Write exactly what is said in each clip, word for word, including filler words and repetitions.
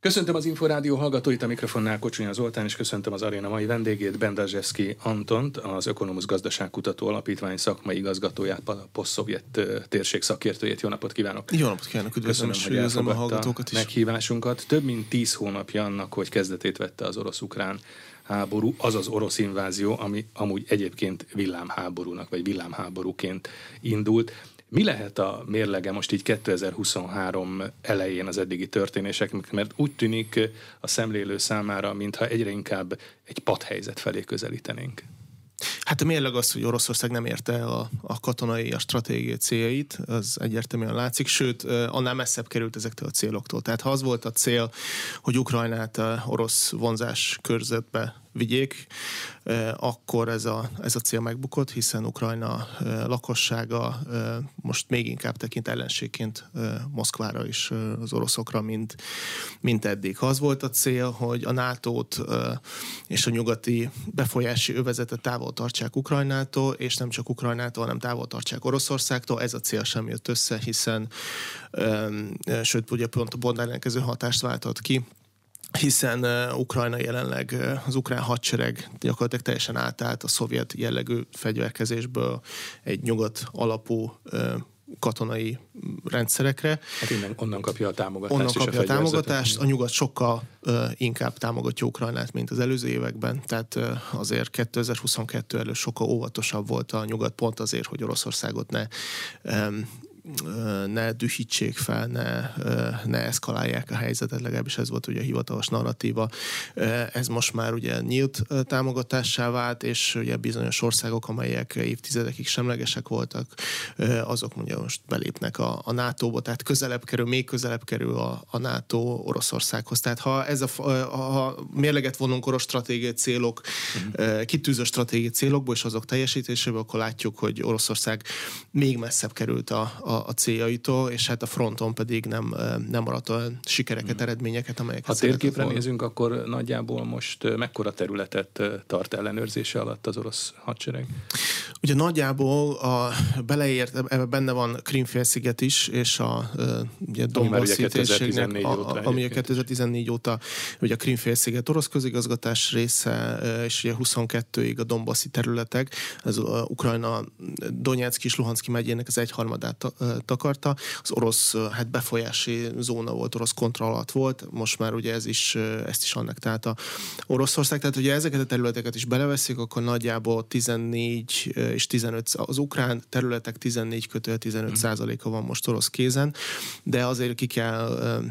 Köszöntöm az Inforádió hallgatóit, a mikrofonnál Kocsonya Zoltán, és köszöntöm az aréna mai vendégét, Bendazsevszky Antont, az Ökonomusz Gazdaságkutató Alapítvány szakmai igazgatóját, a posztszovjet térség szakértőjét. Jó napot kívánok! Jó napot kívánok, üdvözlöm, Köszönöm, hogy elfogadta a hallgatókat is. Meghívásunkat. Több mint tíz hónapja annak, hogy kezdetét vette az orosz-ukrán háború, az az orosz invázió, ami amúgy egyébként villámháborúnak, vagy villámháborúként indult. Mi lehet a mérlege most így kétezer-huszonhárom elején az eddigi történéseknek, mert úgy tűnik a szemlélő számára, mintha egyre inkább egy patthelyzet felé közelítenénk. Hát a mérleg az, hogy Oroszország nem érte el a, a katonai, a stratégiai céljait, az egyértelműen látszik, sőt, annál messzebb került ezektől a céloktól. Tehát ha az volt a cél, hogy Ukrajnát a orosz vonzás körzetbe vigyék, akkor ez a, ez a cél megbukott, hiszen Ukrajna lakossága most még inkább tekint ellenségként Moszkvára és az oroszokra, mint, mint eddig. Ha az volt a cél, hogy a nátót és a nyugati befolyási övezetet távol tartsák Ukrajnától, és nem csak Ukrajnától, hanem távol tartsák Oroszországtól, ez a cél sem jött össze, hiszen sőt, ugye pont a pont ellenkező hatást váltott ki, hiszen uh, Ukrajna jelenleg, uh, az ukrán hadsereg gyakorlatilag teljesen átállt a szovjet jellegű fegyverkezésből egy nyugat alapú uh, katonai rendszerekre. Hát innen, onnan kapja a támogatást. Onnan kapja a, a támogatást. A nyugat sokkal uh, inkább támogatja Ukrajnát, mint az előző években. Tehát uh, azért kétezer-huszonkettő előtt sokkal óvatosabb volt a nyugat, pont azért, hogy Oroszországot ne um, ne dühítsék fel, ne, ne eszkalálják a helyzetet, legalábbis ez volt ugye a hivatalos narratíva. Ez most már ugye nyílt támogatássá vált, és ugye bizonyos országok, amelyek évtizedekig semlegesek voltak, azok ugye most belépnek a, a nátóba, tehát közelebb kerül, még közelebb kerül a, a NATO Oroszországhoz. Tehát ha ez a, ha mérleget vonunk orosz stratégiai célok, uh-huh. kitűző stratégiai célokból, és azok teljesítéséből, akkor látjuk, hogy Oroszország még messzebb került a, a a céljaitól, és hát a fronton pedig nem, nem maradt olyan sikereket, hmm. eredményeket, amelyeket ha térképre nézünk, akkor nagyjából most mekkora területet tart ellenőrzése alatt az orosz hadsereg? Ugye nagyjából a, beleért, ebben benne van Krím-félsziget is, és a ugye Donbass térségnek, ami a kétezer-tizennégy óta ugye a Krím-félsziget orosz közigazgatás része, és ugye huszonkettőig a donbassi területek, ez a Ukrajna Donyeck és Luhanszki megyének az egyharmadát takarta. Az orosz hát befolyási zóna volt, orosz kontroll alatt volt, most már ugye ez is, ezt is annektálta Oroszország. Tehát ugye ezeket a területeket is beleveszik, akkor nagyjából tizennégy és tizenöt, az ukrán területek tizennégy kötően tizenöt százaléka van most orosz kézen, de azért ki kell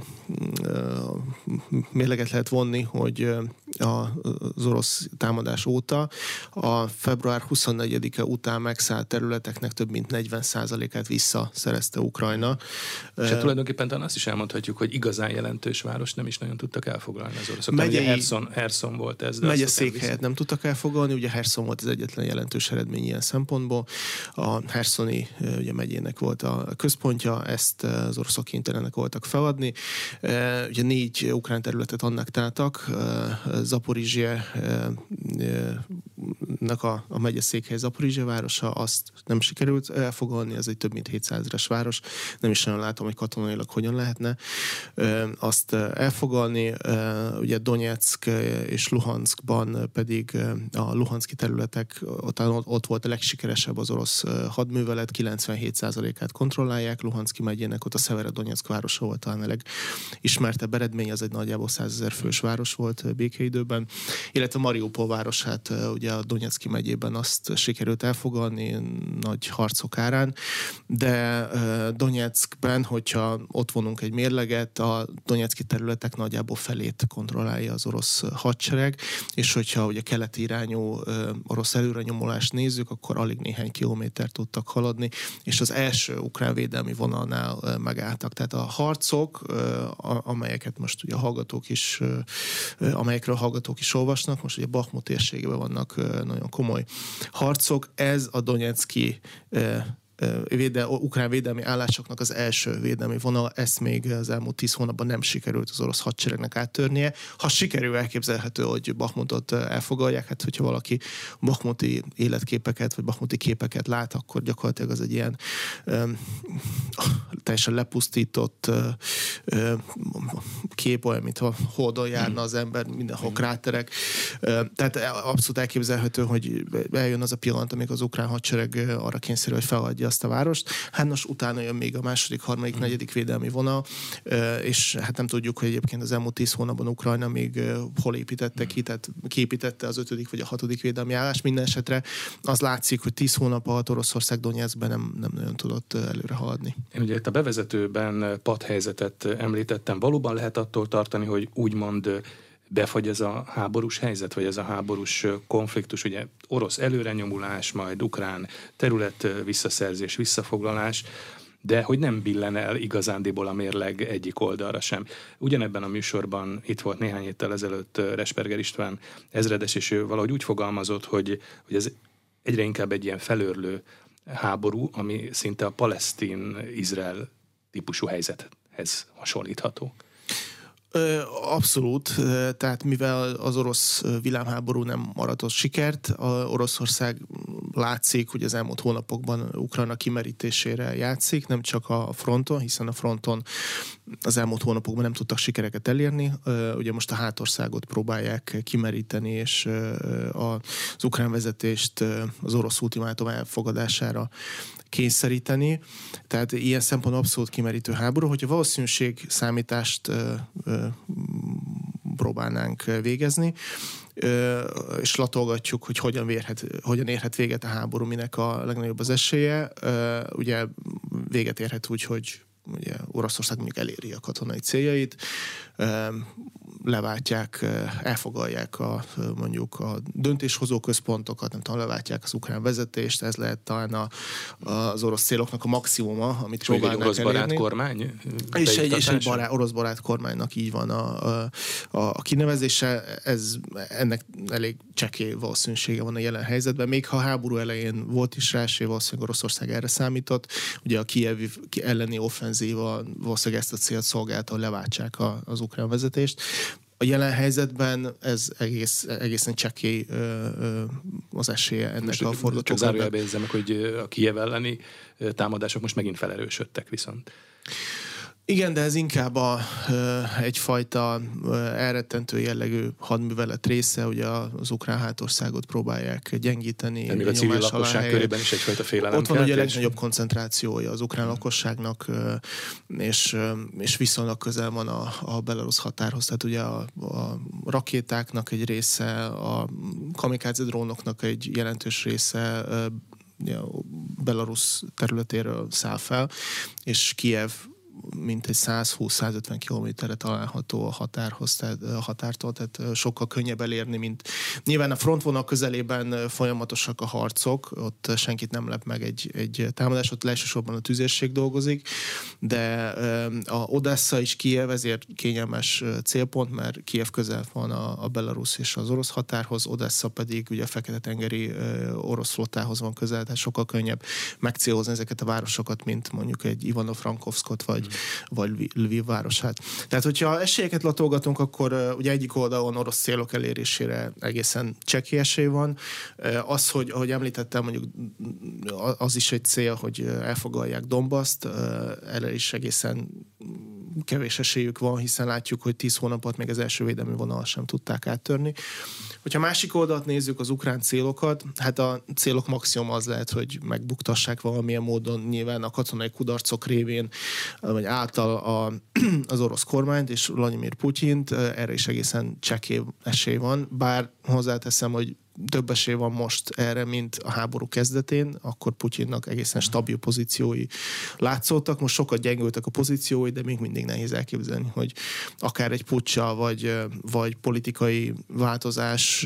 mérleget lehet vonni, hogy az orosz támadás óta a február huszonnegyedike után megszállt területeknek több mint negyven százalékát visszaszerezte Ukrajna. És hát tulajdonképpen talán azt is elmondhatjuk, hogy igazán jelentős város nem is nagyon tudtak elfoglalni az oroszok. Megyei, Herson, Herson volt ez. Megye székhelyet nem tudtak elfoglalni, ugye Herson volt az egyetlen jelentős eredmény ilyen szempontból. A Hersoni ugye megyének volt a központja, ezt az oroszok kénytelenek voltak feladni. Ugye négy ukrán területet annektáltak, Zaporizsje-nek a, a megye székhely Zaporizsje városa, azt nem sikerült elfoglalni, ez egy több mint hétszázezres város, nem is nagyon látom, hogy katonailag hogyan lehetne azt elfoglalni. Ugye Donyeck és Luhanszkban pedig a luhanszki területek, ott, ott volt a legsikeresebb az orosz hadművelet, kilencvenhét százalékát kontrollálják, Luhanszki megyének ott a Szeverodonyeck városa volt talán a legismertebb eredmény, az egy nagyjából százezer fős város volt békeidőben, illetve Mariupol városát ugye a Donyecky megyében azt sikerült elfoglalni nagy harcok árán, de Donyeckben, hogyha ott vonunk egy mérleget, a donyecky területek nagyjából felét kontrollálja az orosz hadsereg, és hogyha ugye keleti irányú orosz előrenyomulást nézzük, akkor alig néhány kilométert tudtak haladni, és az első ukrán védelmi vonalnál megálltak. Tehát a harcok, amelyeket most ugye a hallgatók is, amelyekről a hallgatók is olvasnak, most ugye Bakhmut térségében vannak nagyon komoly harcok, ez a donyecky véde, ukrán védelmi állásoknak az első védelmi vonal, ezt még az elmúlt tíz hónapban nem sikerült az orosz hadseregnek áttörnie. Ha sikerül, elképzelhető, hogy Bakhmutot elfoglalják, hát hogyha valaki bakhmuti életképeket, vagy bakhmuti képeket lát, akkor gyakorlatilag az egy ilyen ö, teljesen lepusztított ö, ö, kép, olyan, mintha holdon járna az ember, mindenhol kráterek. Ö, tehát abszolút elképzelhető, hogy eljön az a pillanat, amikor az ukrán hadsereg arra kényszerül, hogy feladja azt a várost. Hát most utána jön még a második, harmadik, mm. negyedik védelmi vonal, és hát nem tudjuk, hogy egyébként az elmúlt tíz hónapban Ukrajna még hol építette ki, tehát kiépítette az ötödik vagy a hatodik védelmi állás. Minden esetre az látszik, hogy tíz hónap alatt Oroszország Donyeckben nem, nem nagyon tudott előre haladni. Én ugye itt a bevezetőben padhelyzetet említettem. Valóban lehet attól tartani, hogy úgymond befagy ez a háborús helyzet, vagy ez a háborús konfliktus, ugye orosz előrenyomulás, majd ukrán terület visszaszerzés, visszafoglalás, de hogy nem billen el igazándiból a mérleg egyik oldalra sem. Ugyanebben a műsorban itt volt néhány héttel ezelőtt Resperger István ezredes, és ő valahogy úgy fogalmazott, hogy, hogy ez egyre inkább egy ilyen felőrlő háború, ami szinte a palesztin-izrael típusú helyzethez hasonlítható. Abszolút, tehát mivel az orosz világháború nem aratott sikert, a Oroszország látszik, hogy az elmúlt hónapokban Ukrajna kimerítésére játszik, nem csak a fronton, hiszen a fronton az elmúlt hónapokban nem tudtak sikereket elérni. Ugye most a hátországot próbálják kimeríteni, és az ukrán vezetést az orosz ultimátum elfogadására kényszeríteni. Tehát ilyen szempontból abszolút kimerítő háború. Hogyha valószínűség számítást ö, ö, próbálnánk végezni, ö, és latolgatjuk, hogy hogyan, vérhet, hogyan érhet véget a háború, minek a legnagyobb az esélye. Ö, ugye véget érhet úgy, hogy ugye Oroszország mondjuk eléri a katonai céljait, ö, leváltják, elfogalják a, mondjuk a döntéshozó központokat, nem tudom, leváltják az ukrán vezetést, ez lehet talán a, az orosz céloknak a maximuma, amit próbálnak elérni. És egy orosz barát kormány? És egy, és egy barát, orosz barát kormánynak így van a, a, a kinevezése, ez, ennek elég csekély valószínűsége van a jelen helyzetben, még ha a háború elején volt is rá esély, valószínűleg Oroszország erre számított, ugye a Kijev elleni offenzíva valószínűleg ezt a célt szolgálta, hogy leváltsák a, az ukrán vezetést. A jelen helyzetben ez egész, egészen csekély az esélye ennek most a forgatókönyvnek. Csak zárójelbe érzem meg, hogy a Kijev elleni támadások most megint felerősödtek viszont. Igen, de ez inkább a, egyfajta elrettentő jellegű hadművelet része, ugye az ukrán hátországot próbálják gyengíteni. De még a civil lakosság körében is egyfajta félelem. Ott van ugye a legnagyobb koncentrációja az ukrán hmm. lakosságnak, és, és viszonylag közel van a, a belarusz határhoz. Tehát ugye a, a rakétáknak egy része, a kamikádze drónoknak egy jelentős része Belarusz területéről száll fel, és Kijev mintegy százhúsz-százötven kilométerre található a határhoz, tehát a határtól, tehát sokkal könnyebb elérni, mint nyilván a frontvonal közelében folyamatosak a harcok, ott senkit nem lep meg egy, egy támadás, ott elsősorban a tüzérség dolgozik, de a Odessa és Kijev ezért kényelmes célpont, mert Kijev közel van a, a belarusz és az orosz határhoz, Odessa pedig ugye a Fekete-tengeri orosz flottához van közel, tehát sokkal könnyebb megcélozni ezeket a városokat, mint mondjuk egy Ivano-Frankovszkot, vagy vagy Lviv városát. Tehát, hogyha esélyeket latolgatunk, akkor uh, ugye egyik oldalon orosz célok elérésére egészen csekély esély van. Uh, az, hogy ahogy említettem, mondjuk az is egy cél, hogy elfoglalják Donbaszt, uh, erre is egészen kevés esélyük van, hiszen látjuk, hogy tíz hónapot még az első védelmi vonal sem tudták áttörni. Hogyha másik oldalt nézzük, az ukrán célokat, hát a célok maximum az lehet, hogy megbuktassák valamilyen módon, nyilván a katonai kudarcok révén, vagy által a, az orosz kormányt és Vladimir Putyint, erre is egészen csekély esély van, bár hozzáteszem, hogy több esély van most erre, mint a háború kezdetén, akkor Putyinnak egészen stabil pozíciói látszottak, most sokat gyengültek a pozíciói, de még mindig nehéz elképzelni, hogy akár egy puccsal, vagy, vagy politikai változás,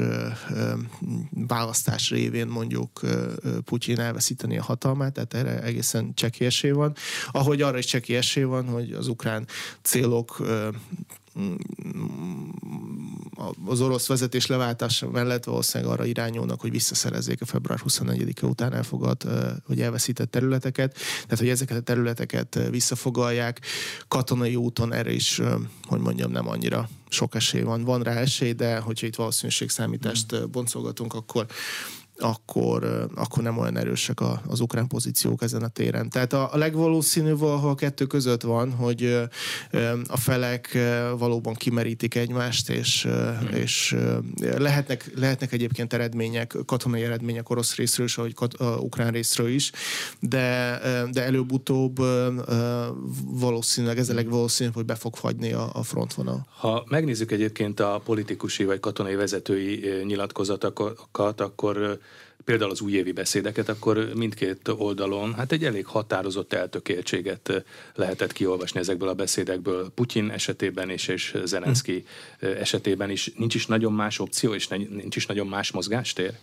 választás révén mondjuk Putyin elveszíteni a hatalmát, tehát erre egészen csekély esély van. Ahogy arra is csekély esély van, hogy az ukrán célok az orosz vezetés leváltása mellett valószínűleg arra irányulnak, hogy visszaszerezzék a február huszonnegyedike után elfogadt, vagy elveszített területeket. Tehát, hogy ezeket a területeket visszafoglalják, katonai úton erre is, hogy mondjam, nem annyira sok esély van. Van rá esély, de hogyha itt valószínűségszámítást boncolgatunk, akkor akkor, akkor nem olyan erősek az ukrán pozíciók ezen a téren. Tehát a, a legvalószínűbb valahol a kettő között van, hogy a felek valóban kimerítik egymást, és, hmm. és lehetnek, lehetnek egyébként eredmények, katonai eredmények orosz részről is, ahogy kat, ukrán részről is, de, de előbb-utóbb valószínűleg, ez a legvalószínűbb, hogy be fog fagyni a, a frontvonal. Ha megnézzük egyébként a politikusi vagy katonai vezetői nyilatkozatokat, akkor például az újévi beszédeket, akkor mindkét oldalon hát egy elég határozott eltökéltséget lehetett kiolvasni ezekből a beszédekből. Putyin esetében is, és Zelenszky hm. esetében is. Nincs is nagyon más opció, és nincs is nagyon más mozgástér?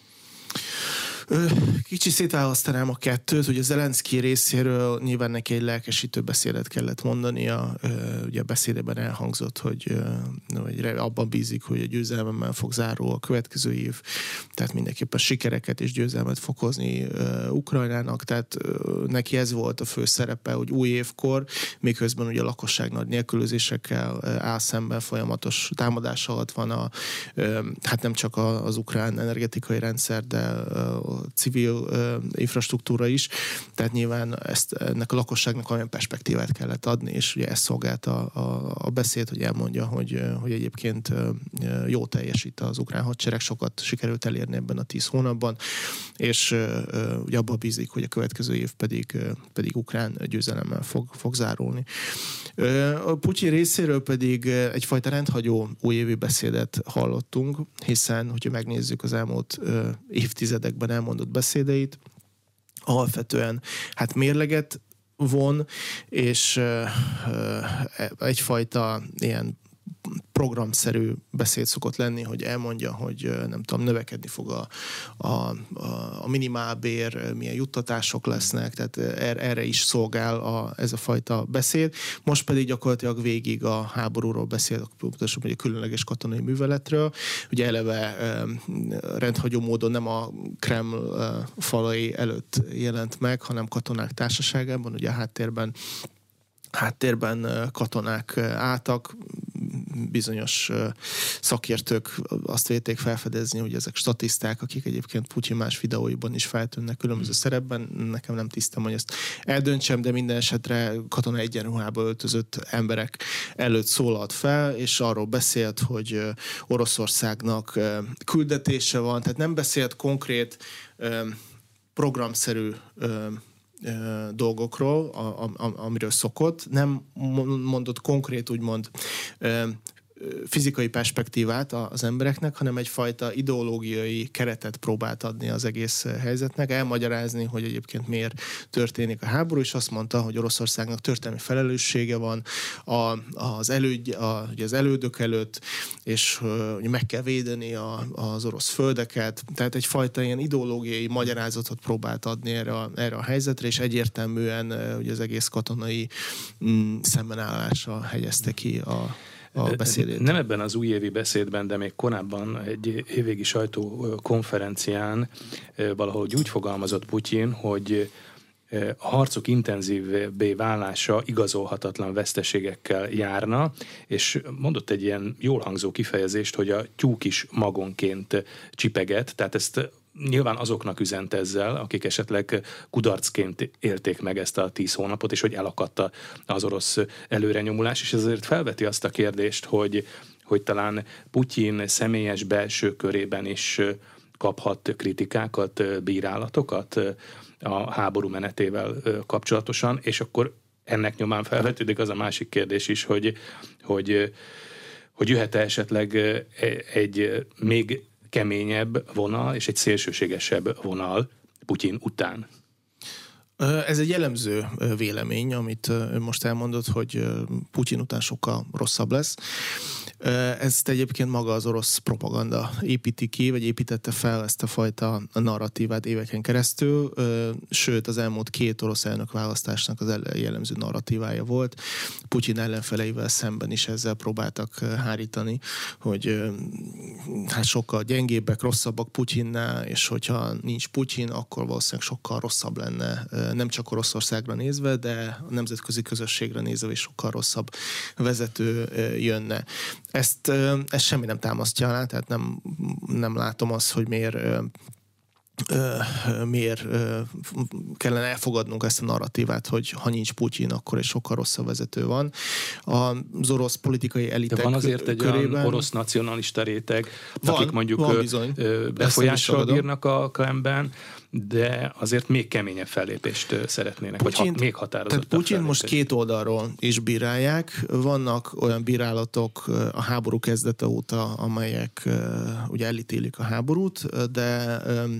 Kicsit szétválasztanám a kettőt, ugye Zelenszky részéről nyilván neki egy lelkesítő beszédet kellett mondania, ugye a beszédében elhangzott, hogy, hogy abban bízik, hogy a győzelemmel fog zárul a következő év, tehát mindenképpen sikereket és győzelmet fog hozni Ukrajnának, tehát neki ez volt a fő szerepe, hogy új évkor, miközben ugye a lakosság nagy nélkülözésekkel áll szemben, folyamatos támadás alatt van a, hát nem csak az ukrán energetikai rendszer, de a civil uh, infrastruktúra is, tehát nyilván ezt, ennek a lakosságnak olyan perspektívát kellett adni, és ugye ezt szolgálta a, a, a beszéd, hogy elmondja, hogy, hogy egyébként uh, jó teljesít az ukrán hadsereg, sokat sikerült elérni ebben a tíz hónapban, és uh, ugye abban bízik, hogy a következő év pedig, uh, pedig ukrán győzelemmel fog, fog zárulni. Uh, a Putyin részéről pedig egyfajta rendhagyó újévi beszédet hallottunk, hiszen, hogyha megnézzük az elmúlt uh, évtizedekben elmondott beszédeit, alapvetően hát mérleget von, és uh, uh, egyfajta ilyen programszerű beszéd szokott lenni, hogy elmondja, hogy nem tudom, növekedni fog a, a, a minimálbér, milyen juttatások lesznek, tehát erre is szolgál a, ez a fajta beszéd. Most pedig gyakorlatilag végig a háborúról beszél, pontosan hogy a különleges katonai műveletről. Ugye eleve rendhagyó módon nem a Kreml falai előtt jelent meg, hanem katonák társaságában, ugye a háttérben háttérben katonák álltak, bizonyos szakértők azt vélették felfedezni, hogy ezek statiszták, akik egyébként Putyin más videóiban is feltűnnek különböző szerepben. Nekem nem tisztem, hogy ezt eldöntsem, de minden esetre katona egyenruhába öltözött emberek előtt szólalt fel, és arról beszélt, hogy Oroszországnak küldetése van, tehát nem beszélt konkrét programszerű dolgokról, a, a, amiről szokott, nem mondott konkrét, úgymond fizikai perspektívát az embereknek, hanem egyfajta ideológiai keretet próbált adni az egész helyzetnek, elmagyarázni, hogy egyébként miért történik a háború, és azt mondta, hogy Oroszországnak történelmi felelőssége van a, az, előd, a, ugye az elődök előtt, és hogy meg kell védeni a, az orosz földeket, tehát egyfajta ilyen ideológiai magyarázatot próbált adni erre a, erre a helyzetre, és egyértelműen ugye az egész katonai mm, szembenállása hegyezte ki a a beszédét. Nem ebben az újévi beszédben, de még korábban egy évvégi sajtókonferencián valahogy úgy fogalmazott Putyin, hogy a harcok intenzívvé válása igazolhatatlan veszteségekkel járna, és mondott egy ilyen jól hangzó kifejezést, hogy a tyúk is magonként csipeget, tehát ezt nyilván azoknak üzent ezzel, akik esetleg kudarcként élték meg ezt a tíz hónapot, és hogy elakadt az orosz előrenyomulás, és ezért felveti azt a kérdést, hogy, hogy talán Putyin személyes belső körében is kaphat kritikákat, bírálatokat a háború menetével kapcsolatosan, és akkor ennek nyomán felvetődik az a másik kérdés is, hogy, hogy, hogy jöhet-e esetleg egy még keményebb vonal és egy szélsőségesebb vonal Putyin után. Ez egy jellemző vélemény, amit most elmondott, hogy Putyin után sokkal rosszabb lesz. Ezt egyébként maga az orosz propaganda építi ki, vagy építette fel ezt a fajta narratívát éveken keresztül, sőt az elmúlt két orosz elnök választásnak az jellemző narratívája volt. Putyin ellenfeleivel szemben is ezzel próbáltak hárítani, hogy hát sokkal gyengébbek, rosszabbak Putyinnál, és hogyha nincs Putyin, akkor valószínűleg sokkal rosszabb lenne, nem csak Oroszországra nézve, de a nemzetközi közösségre nézve is sokkal rosszabb vezető jönne. Ezt, ezt semmi nem támasztja alá, tehát nem, nem látom azt, hogy miért miért kellene elfogadnunk ezt a narratívát, hogy ha nincs Putyin, akkor egy sokkal rosszabb vezető van. Az orosz politikai elitek de van azért egy körében... olyan orosz nacionalista réteg, van, akik mondjuk van bizony. befolyással bírnak a Kremlben, de azért még keményebb fellépést szeretnének, Putyint, vagy ha, még határozottabb Tehát Putyin fellépést. most két oldalról is bírálják. Vannak olyan bírálatok a háború kezdete óta, amelyek ugye elítélik a háborút, de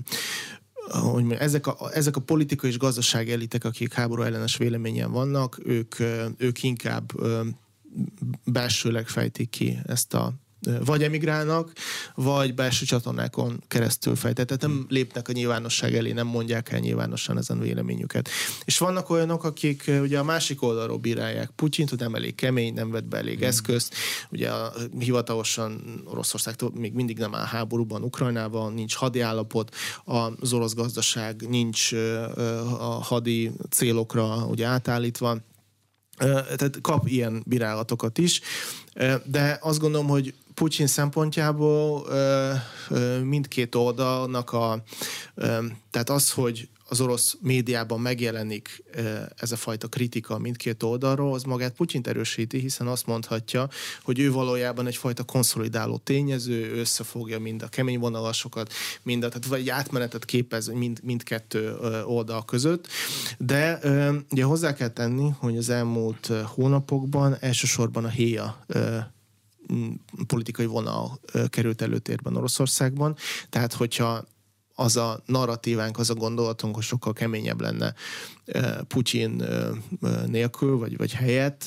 hogy ezek a, ezek a politikai és gazdasági elitek, akik háború ellenes véleményen vannak, ők, ők inkább belsőleg fejtik ki ezt a vagy emigrálnak, vagy belső csatornákon keresztül fejtett. Tehát nem lépnek a nyilvánosság elé, nem mondják el nyilvánosan ezen véleményüket. És vannak olyanok, akik ugye a másik oldalról bírálják Putyint, hogy nem elég kemény, nem vett be elég hmm. eszközt. Ugye a, hivatalosan Oroszország még mindig nem áll háborúban Ukrajnában, nincs hadi állapot, az orosz gazdaság nincs a hadi célokra ugye átállítva. Tehát kap ilyen bírálatokat is, de azt gondolom, hogy Putyin szempontjából mindkét oldalnak a, tehát az, hogy az orosz médiában megjelenik ez a fajta kritika mindkét oldalról, az magát Putyint erősíti, hiszen azt mondhatja, hogy ő valójában egyfajta konszolidáló tényező, ő összefogja mind a kemény vonalasokat, mind a, tehát vagy egy átmenetet képez mind, mindkettő oldal között, de ugye hozzá kell tenni, hogy az elmúlt hónapokban elsősorban a héja politikai vonal került előtérben Oroszországban, tehát hogyha az a narratívánk, az a gondolatunk, hogy sokkal keményebb lenne Putyin nélkül, vagy, vagy helyett.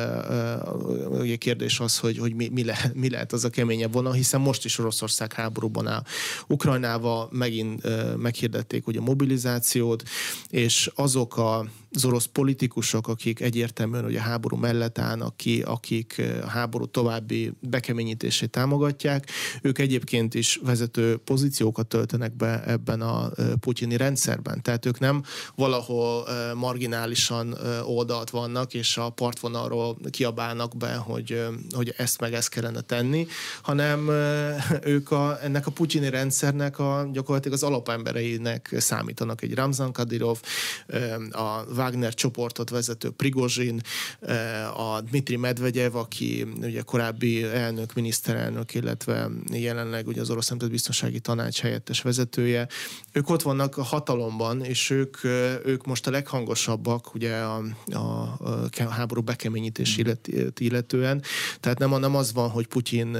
A kérdés az, hogy, hogy mi, mi, le, mi lehet az a keményebb vonal, hiszen most is Oroszország háborúban áll. Ukrajnával megint meghirdették ugye a mobilizációt, és azok a az orosz politikusok, akik egyértelműen ugye a háború mellett állnak ki, akik a háború további bekeményítését támogatják, ők egyébként is vezető pozíciókat töltenek be ebben a putyini rendszerben. Tehát ők nem valahol marginálisan oldalt vannak, és a partvonalról kiabálnak be, hogy, hogy ezt meg ezt kellene tenni, hanem ők a, ennek a putyini rendszernek a, gyakorlatilag az alapembereinek számítanak. Egy Ramzan Kadyrov, a Wagner csoportot vezető Prigozsin, a Dmitri Medvegyev, aki ugye korábbi elnök, miniszterelnök, illetve jelenleg ugye az Orosz Nemzetbiztonsági Tanács helyettes vezetője. Ők ott vannak a hatalomban, és ők, ők most a leghangosabbak ugye a, a, a háború bekeményítés illetően. Tehát nem, nem az van, hogy Putyin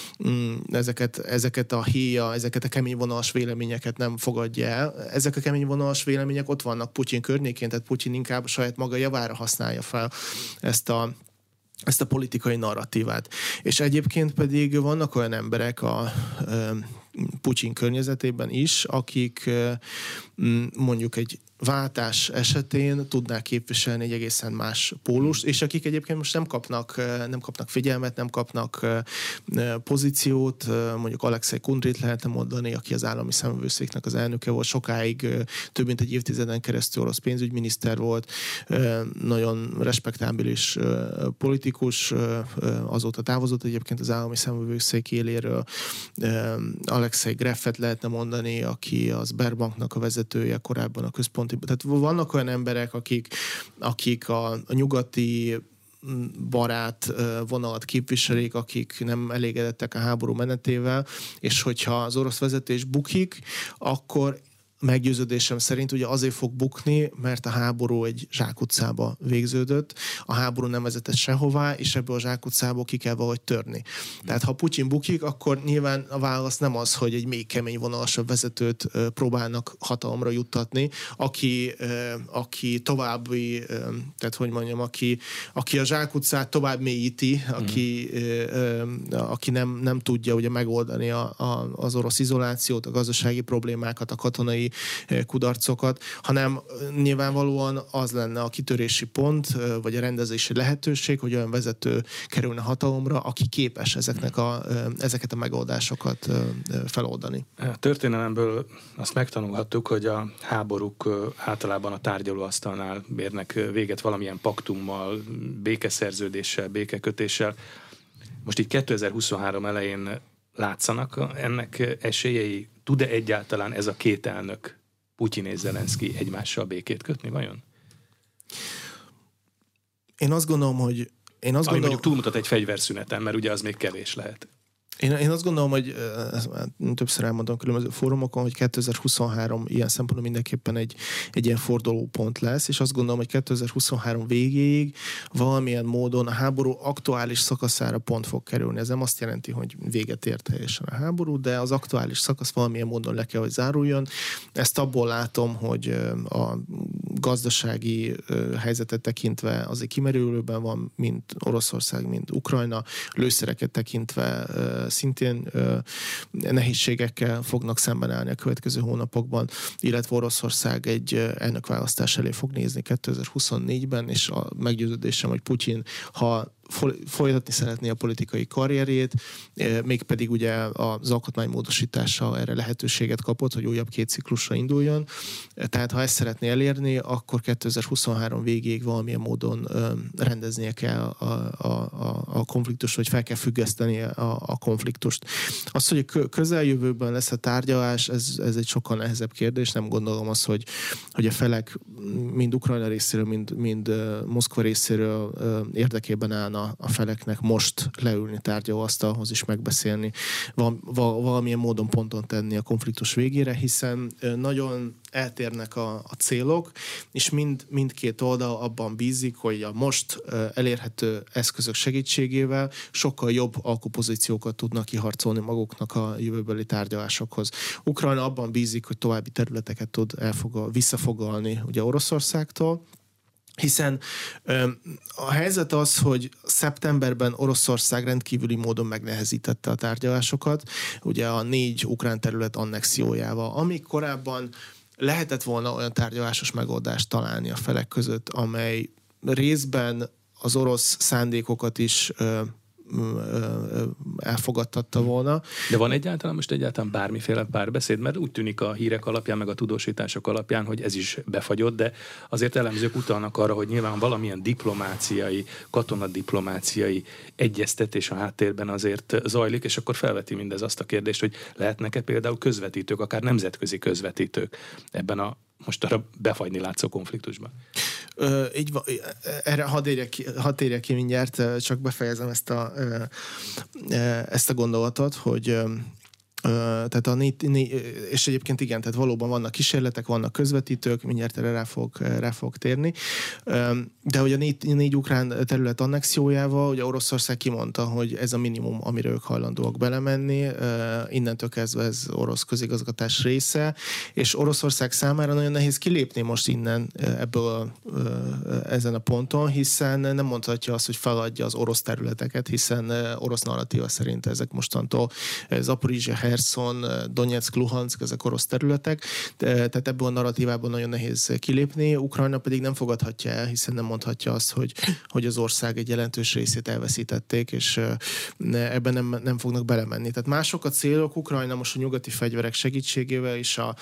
ezeket, ezeket a héja, ezeket a keményvonalas véleményeket nem fogadja el. Ezek a keményvonalas vélemények ott vannak Putyin környékén, tehát Putyin inkább saját maga javára használja fel ezt a ezt a politikai narratívát. És egyébként pedig vannak olyan emberek a Putyin környezetében is, akik mondjuk egy váltás esetén tudnák képviselni egy egészen más pólust, és akik egyébként most nem kapnak, nem kapnak figyelmet, nem kapnak pozíciót, mondjuk Alexei Kundrit lehetne mondani, aki az állami számvevőszéknek az elnöke volt, sokáig több mint egy évtizeden keresztül orosz pénzügyminiszter volt, nagyon respektábilis politikus, azóta távozott egyébként az állami számvevőszék éléről. Alexei Greffet lehetne mondani, aki az Sberbanknak a vezetője, korábban a központi. Tehát vannak olyan emberek, akik, akik a, a nyugati barát vonalat képviselik, akik nem elégedettek a háború menetével, és hogyha az orosz vezetés bukik, akkor meggyőződésem szerint ugye azért fog bukni, mert a háború egy zsákutcába végződött, a háború nem vezetett sehová, és ebből a zsákutcából ki kell valahogy törni. Tehát ha Putyin bukik, akkor nyilván a válasz nem az, hogy egy még kemény vonalasabb vezetőt próbálnak hatalomra juttatni, aki, aki további, tehát hogy mondjam, aki, aki a zsákutcát tovább mélyíti, aki, mm. aki nem, nem tudja ugye megoldani a, a, az orosz izolációt, a gazdasági problémákat, a katonai kudarcokat, hanem nyilvánvalóan az lenne a kitörési pont, vagy a rendezési lehetőség, hogy olyan vezető kerülne hatalomra, aki képes ezeknek a, ezeket a megoldásokat feloldani. A történelemből azt megtanulhattuk, hogy a háborúk általában a tárgyalóasztalnál érnek véget valamilyen paktummal, békeszerződéssel, békekötéssel. Most így kétezer-huszonhárom elején látszanak ennek esélyei? Tud-e egyáltalán ez a két elnök, Putyin és Zelenszky egymással békét kötni, vajon? Én azt gondolom, hogy... Én azt Ami gondolom... mondjuk túlmutat egy fegyverszüneten, mert ugye az még kevés lehet. Én, én azt gondolom, hogy többször elmondom különböző fórumokon, hogy kétezer-huszonhárom ilyen szempontból mindenképpen egy, egy ilyen fordulópont lesz, és azt gondolom, hogy kétezer-huszonhárom végéig valamilyen módon a háború aktuális szakaszára pont fog kerülni. Ez nem azt jelenti, hogy véget ért teljesen a háború, de az aktuális szakasz valamilyen módon le kell, hogy záruljon. Ezt abból látom, hogy a gazdasági helyzetet tekintve azért kimerülőben van, mint Oroszország, mint Ukrajna, lőszereket tekintve szintén ö, nehézségekkel fognak szemben állni a következő hónapokban, illetve Oroszország egy elnökválasztás elé fog nézni kétezer-huszonnégyben, és a meggyőződésem, hogy Putyin, ha folytatni szeretné a politikai karrierjét, mégpedig ugye az alkotmánymódosítása erre lehetőséget kapott, hogy újabb két ciklusra induljon. Tehát ha ezt szeretné elérni, akkor kétezer-huszonhárom végéig valamilyen módon rendeznie kell a, a, a, a konfliktust, vagy fel kell függeszteni a, a konfliktust. Az, hogy a közeljövőben lesz a tárgyalás, ez, ez egy sokkal nehezebb kérdés. Nem gondolom azt, hogy, hogy a felek mind Ukrajna részéről, mind, mind Moszkva részéről érdekében állnak a feleknek most leülni tárgyalóasztalhoz is megbeszélni, val- val- valamilyen módon ponton tenni a konfliktus végére, hiszen nagyon eltérnek a, a célok, és mind, mindkét oldal abban bízik, hogy a most elérhető eszközök segítségével sokkal jobb alkupozíciókat tudnak kiharcolni maguknak a jövőbeli tárgyalásokhoz. Ukrajna abban bízik, hogy további területeket tud elfogal, visszafogalni ugye Oroszországtól, hiszen ö, a helyzet az, hogy szeptemberben Oroszország rendkívüli módon megnehezítette a tárgyalásokat, ugye a négy ukrán terület annexiójával, amíg korábban lehetett volna olyan tárgyalásos megoldást találni a felek között, amely részben az orosz szándékokat is ö, elfogadtatta volna. De van egyáltalán most egyáltalán bármiféle párbeszéd? Mert úgy tűnik a hírek alapján, meg a tudósítások alapján, hogy ez is befagyott, de azért elemzők utalnak arra, hogy nyilván valamilyen diplomáciai, katonadiplomáciai egyeztetés a háttérben azért zajlik, és akkor felveti mindez azt a kérdést, hogy lehetnek-e például közvetítők, akár nemzetközi közvetítők ebben a most arra befagyni látszó konfliktusban? Ö, így van, erre hadd érjek ki, hadd érjek ki mindjárt, csak befejezem ezt a, ezt a gondolatot, hogy tehát a négy, négy, és egyébként igen, tehát valóban vannak kísérletek, vannak közvetítők, mindjárt erre rá fog, rá fog térni. De hogy a négy, négy ukrán terület annexiójával, ugye Oroszország kimondta, hogy ez a minimum, amire ők hajlandóak belemenni, innentől kezdve ez orosz közigazgatás része, és Oroszország számára nagyon nehéz kilépni most innen ebből ezen a ponton, hiszen nem mondhatja azt, hogy feladja az orosz területeket, hiszen orosz narratíva szerint ezek mostantól Zaporizsja, Herszon, Donetsk, Luhansk, ezek orosz területek, tehát ebből a narratívában nagyon nehéz kilépni, Ukrajna pedig nem fogadhatja el, hiszen nem mondhatja azt, hogy, hogy az ország egy jelentős részét elveszítették, és ebben nem, nem fognak belemenni. Tehát mások a célok, Ukrajna most a nyugati fegyverek segítségével, és a,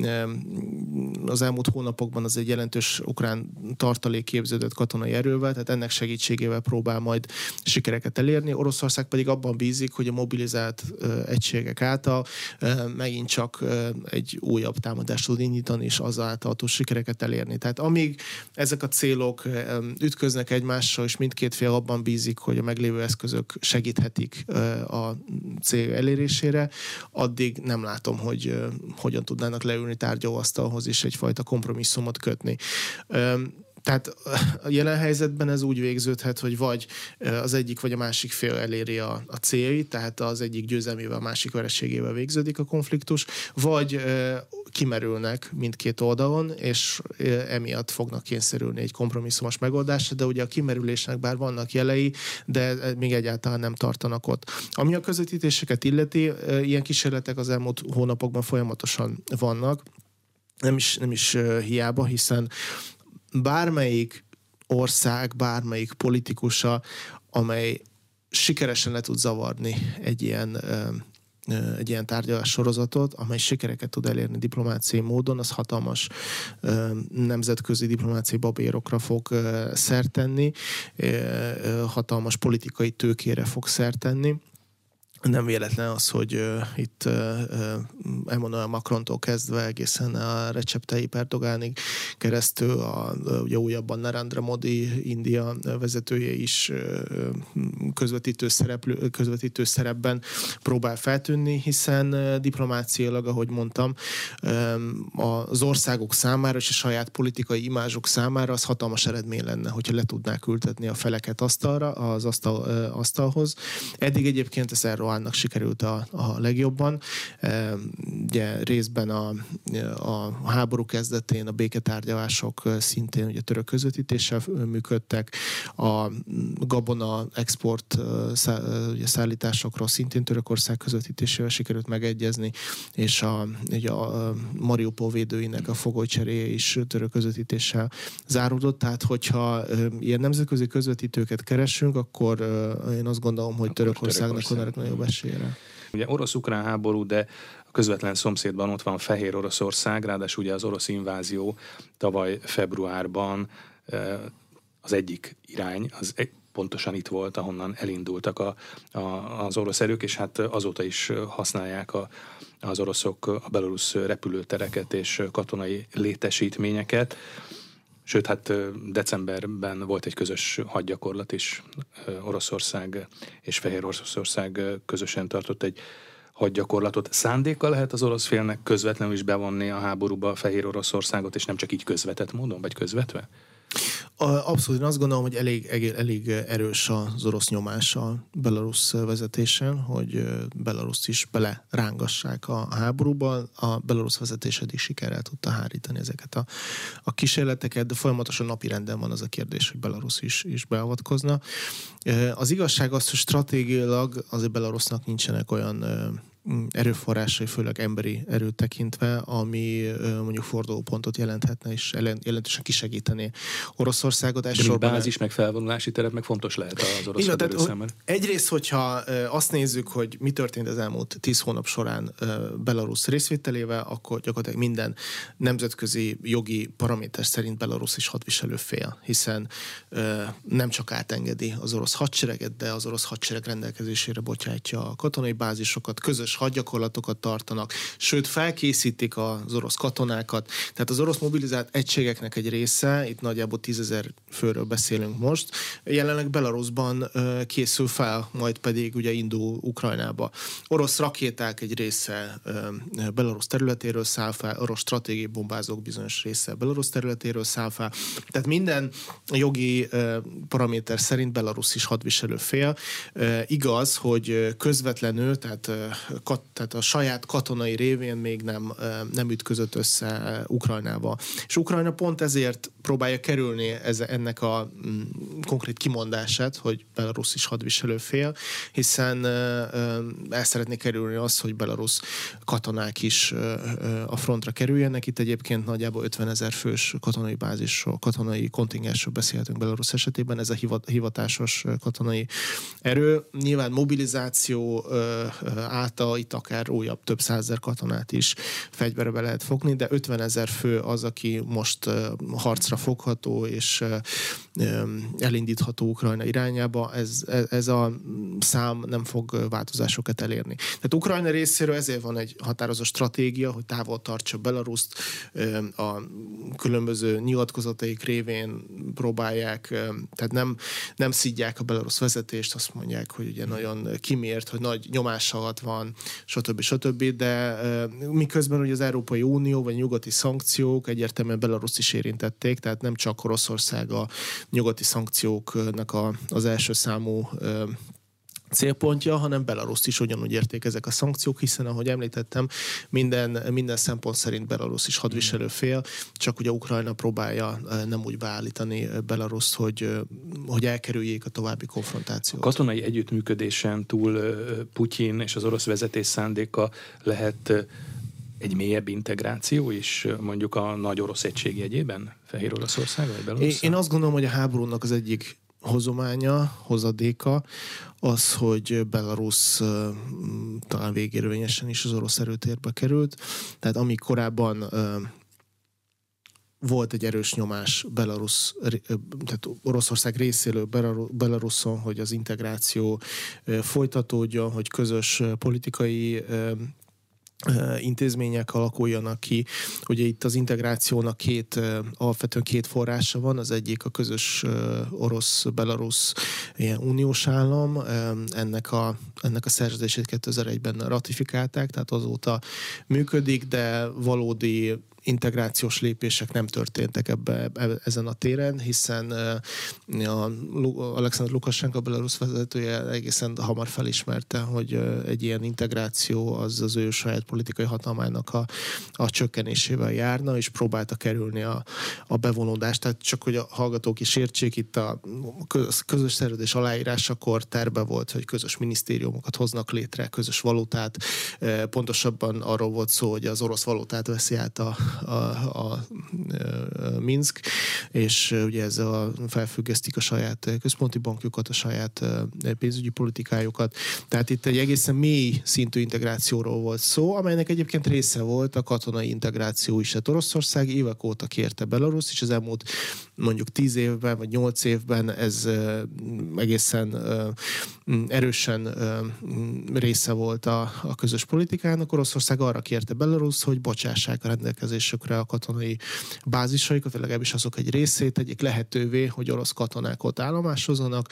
az elmúlt hónapokban az egy jelentős ukrán tartalék képződött katonai erővel, tehát ennek segítségével próbál majd sikereket elérni. Oroszország pedig abban bízik, hogy a mobilizált egységek ezáltal megint csak egy újabb támadást tud indítani, és azáltal tud sikereket elérni. Tehát amíg ezek a célok ütköznek egymással, és mindkét fél abban bízik, hogy a meglévő eszközök segíthetik a cél elérésére, addig nem látom, hogy hogyan tudnának leülni tárgyalóasztalhoz és egyfajta kompromisszumot kötni. Tehát a jelen helyzetben ez úgy végződhet, hogy vagy az egyik vagy a másik fél eléri a, a céljait, tehát az egyik győzelmével, a másik vereségével végződik a konfliktus, vagy kimerülnek mindkét oldalon, és emiatt fognak kényszerülni egy kompromisszumos megoldásra, de ugye a kimerülésnek bár vannak jelei, de még egyáltalán nem tartanak ott. Ami a közvetítéseket illeti, ilyen kísérletek az elmúlt hónapokban folyamatosan vannak, nem is, nem is hiába, hiszen bármelyik ország, bármelyik politikusa, amely sikeresen le tud zavarni egy ilyen, egy ilyen tárgyalás sorozatot, amely sikereket tud elérni diplomáciai módon, az hatalmas nemzetközi diplomáciai babérokra fog szert tenni, hatalmas politikai tőkére fog szert tenni. Nem véletlen az, hogy uh, itt uh, Emmanuel Macrontól kezdve egészen a Recep Tayyip Erdoganig keresztül a uh, ugye újabban Narendra Modi, India vezetője is uh, közvetítő, szereplő, közvetítő szerepben próbál feltűnni, hiszen uh, diplomáciailag, ahogy mondtam, um, az országok számára és a saját politikai imázsuk számára az hatalmas eredmény lenne, hogyha le tudnák ültetni a feleket asztalra, az asztal, uh, asztalhoz. Eddig egyébként ez erről annak sikerült a, a legjobban. E, ugye részben a, a háború kezdetén a béketárgyalások szintén ugye török közvetítéssel működtek, a gabona export ugye, szállításokról szintén Törökország közvetítésével sikerült megegyezni, és a, ugye a Mariupol védőinek a fogolycseréje is török közvetítéssel záródott, tehát hogyha ilyen nemzetközi közvetítőket keresünk, akkor én azt gondolom, hogy Törökországnak van a nagyobb esélye. Ugye orosz-ukrán háború, de a közvetlen szomszédban ott van Fehér Oroszország, ráadásul ugye az orosz invázió tavaly februárban az egyik irány, az pontosan itt volt, ahonnan elindultak a, a, az orosz erők, és hát azóta is használják a, az oroszok a belorusz repülőtereket és katonai létesítményeket. Sőt, hát decemberben volt egy közös hadgyakorlat is, Oroszország és Fehér Oroszország közösen tartott egy hadgyakorlatot. Szándéka lehet az orosz félnek közvetlenül is bevonni a háborúba a Fehér Oroszországot, és nem csak így közvetett módon, vagy közvetve? Abszolút, én azt gondolom, hogy elég, elég erős az orosz nyomás a Belarus vezetésen, hogy Belaruszt is belerángassák a háborúba. A Belarus vezetés eddig sikerrel tudta hárítani ezeket a, a kísérleteket, de folyamatosan napirenden van az a kérdés, hogy Belarus is, is beavatkozna. Az igazság az, hogy stratégiailag azért Belarusnak nincsenek olyan erőforrásai, főleg emberi erőt tekintve, ami mondjuk fordulópontot jelenthetne, és jelentősen kisegíteni Oroszországot. De mint bázis, meg felvonulási terep, meg fontos lehet az orosz hadsereg számára. Egyrészt, hogyha azt nézzük, hogy mi történt az elmúlt tíz hónap során Belarus részvételével, akkor gyakorlatilag minden nemzetközi jogi paraméter szerint Belarus is hadviselő fél, hiszen nem csak átengedi az orosz hadsereget, de az orosz hadsereg rendelkezésére bocsátja a katonai bázisokat, közös hadgyakorlatokat tartanak, sőt felkészítik az orosz katonákat. Tehát az orosz mobilizált egységeknek egy része, itt nagyjából tízezer főről beszélünk most, jelenleg Belarusban készül fel, majd pedig ugye indul Ukrajnába. Orosz rakéták egy része Belarus területéről száll fel, orosz stratégiai bombázók bizonyos része Belarus területéről száll fel. Tehát minden jogi paraméter szerint Belarus is hadviselő fél. Igaz, hogy közvetlenül, tehát Kat, tehát a saját katonai révén még nem, nem ütközött össze Ukrajnába. És Ukrajna pont ezért próbálja kerülni ez, ennek a mm, konkrét kimondását, hogy Belarus is hadviselő fél, hiszen el szeretné kerülni azt, hogy Belarus katonák is a frontra kerüljenek. Itt egyébként nagyjából ötvenezer fős katonai bázisról, katonai kontingensről beszélhetünk Belarus esetében, ez a hivatásos katonai erő. Nyilván mobilizáció által itt akár újabb több százezer katonát is fegyverbe lehet fogni, de ötvenezer fő az, aki most harcra fogható, és elindítható Ukrajna irányába, ez, ez a szám nem fog változásokat elérni. Tehát Ukrajna részéről ezért van egy határozott stratégia, hogy távol tartsa Belaruszt, a különböző nyilatkozataik révén próbálják, tehát nem, nem szidják a belarusz vezetést, azt mondják, hogy ugye nagyon kimért, hogy nagy nyomás alatt van, stb. stb. De miközben ugye az Európai Unió vagy nyugati szankciók egyértelműen Belaruszt is érintették, tehát nem csak Oroszország a nyugati szankcióknak a, az első számú célpontja, hanem Belaruszt is ugyanúgy érték ezek a szankciók, hiszen ahogy említettem, minden, minden szempont szerint Belarusz is hadviselő fél, csak ugye Ukrajna próbálja nem úgy beállítani Belaruszt, hogy, hogy elkerüljék a további konfrontációt. A katonai együttműködésen túl Putyin és az orosz vezetés szándéka lehet egy mélyebb integráció is mondjuk a nagy orosz egység jegyében? Fehér Oroszország vagy Belarus? Én azt gondolom, hogy a háborúnak az egyik hozománya, hozadéka az, hogy Belarus talán végérvényesen is az orosz erőtérbe került. Tehát amíg korábban volt egy erős nyomás Belarus, tehát Oroszország részéről Belaruson, hogy az integráció folytatódjon, hogy közös politikai intézmények alakuljanak ki. Ugye itt az integrációnak két, alapvetően két forrása van, az egyik a közös orosz-belarusz ilyen uniós állam, ennek a, ennek a szerződését kétezer-egyben ratifikálták, tehát azóta működik, de valódi integrációs lépések nem történtek ebbe, ezen a téren, hiszen a Alexander Lukasenko, Belarus vezetője egészen hamar felismerte, hogy egy ilyen integráció az az ő saját politikai hatalmának a, a csökkenésével járna, és próbálta kerülni a, a bevonódást. Tehát csak, hogy a hallgatók is értsék, itt a közös szerződés aláírásakor terve volt, hogy közös minisztériumokat hoznak létre, közös valutát. Pontosabban arról volt szó, hogy az orosz valutát veszi át a A, a, a Minsk, és ugye ezzel felfüggesztik a saját központi bankjukat, a saját pénzügyi politikájukat. Tehát itt egy egészen mély szintű integrációról volt szó, amelynek egyébként része volt a katonai integráció is. Tehát Oroszország évek óta kérte Belaruszt, és az elmúlt mondjuk tíz évben, vagy nyolc évben ez egészen erősen része volt a, a közös politikának. Oroszország arra kérte Belaruszt, hogy bocsássák a rendelkezésükre a katonai bázisaikat, vagy legalábbis azok egy részét, tegyék lehetővé, hogy orosz katonák ott állomásozzanak,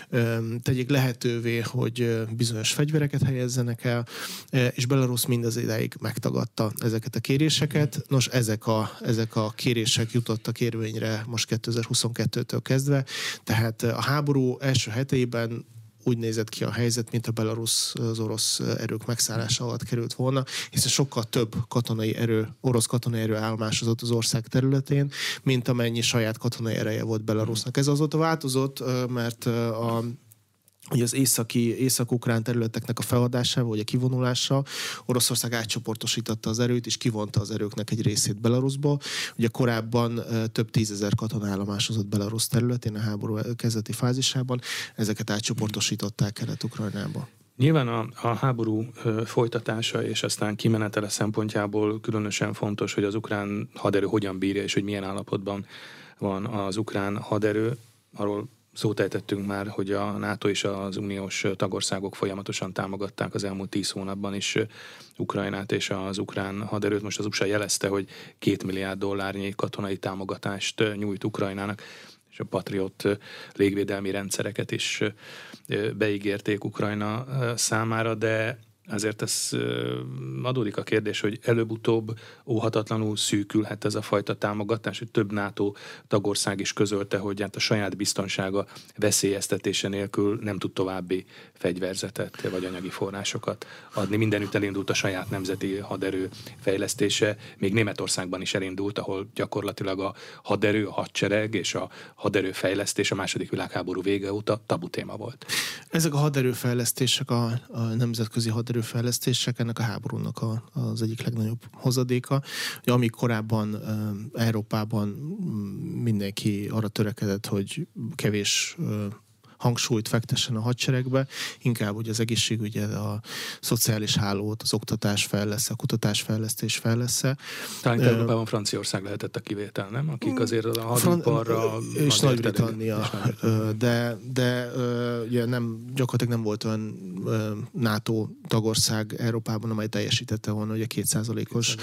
tegyék lehetővé, hogy bizonyos fegyvereket helyezzenek el, és Belarus mindaz idáig megtagadta ezeket a kéréseket. Nos, ezek a, ezek a kérések jutottak érvényre most kétezer-huszonkettőtől kezdve, tehát a háború első heteiben úgy nézett ki a helyzet, mint a Belarus az orosz erők megszállása alatt került volna, hiszen sokkal több katonai erő, orosz katonai erő állomásozott az ország területén, mint amennyi saját katonai ereje volt Belarusnak. Ez azóta változott, mert a ugye az északi, észak-ukrán területeknek a feladásával, vagy a kivonulással Oroszország átcsoportosította az erőt, és kivonta az erőknek egy részét Belarusból. Ugye korábban több tízezer katona állomásozott Belarus területén a háború kezdeti fázisában, ezeket átcsoportosították Kelet-Ukrajnába. Nyilván a, a háború folytatása és aztán kimenetele szempontjából különösen fontos, hogy az ukrán haderő hogyan bírja, és hogy milyen állapotban van az ukrán haderő. Arról szót ejtettünk már, hogy a NATO és az uniós tagországok folyamatosan támogatták az elmúlt tíz hónapban is Ukrajnát és az ukrán haderőt. Most az u es á jelezte, hogy két milliárd dollárnyi katonai támogatást nyújt Ukrajnának, és a Patriot légvédelmi rendszereket is beígérték Ukrajna számára, de azért ez adódik a kérdés, hogy előbb-utóbb óhatatlanul szűkülhet ez a fajta támogatás, hogy több NATO tagország is közölte, hogy hát a saját biztonsága veszélyeztetése nélkül nem tud további fegyverzetet vagy anyagi forrásokat adni. Mindenütt elindult a saját nemzeti haderő fejlesztése, még Németországban is elindult, ahol gyakorlatilag a haderő, a hadsereg és a haderő fejlesztés a második világháború vége óta tabu téma volt. Ezek a haderőfejlesztések, a, a nemzetközi haderőfejlesztések ennek a háborúnak a, az egyik legnagyobb hozadéka. Ugye, amíg korábban e, Európában mindenki arra törekedett, hogy kevés e, hangsúlyt fektessen a hadseregbe, inkább hogy az egészségügyet, a szociális hálót, az oktatás fejlesz, a kutatás fejlesztés fejlesz. Talán uh, Európában Franciaország lehetett a kivétel, nem? Akik azért a hadiparra... És Nagy-Britannia, de, de ugye nem, gyakorlatilag nem volt olyan NATO tagország Európában, amely teljesítette volna ugye két százalékos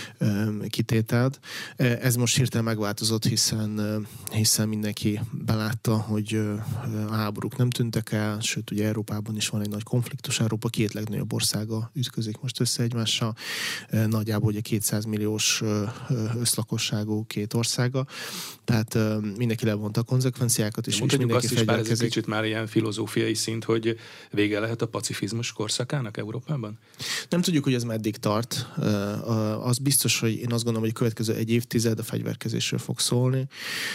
kitételt. Ez most hirtelen megváltozott, hiszen, hiszen mindenki belátta, hogy a háborúk nem tűntek el, sőt ugye Európában is van egy nagy konfliktus. Európa két legnagyobb országa ütközik most össze egymással. Nagyjából ugye kétszáz milliós összlakosságú két országa. Tehát mindenki levonta a konzekvenciákat, és, és mindenki azt is, bár ez egy kicsit már ilyen filozófiai szint, hogy vége lehet a pacifizmus korszakának Európában? Nem tudjuk, hogy ez meddig tart. Az biztos, hogy én azt gondolom, hogy a következő egy évtized a fegyverkezésről fog szólni.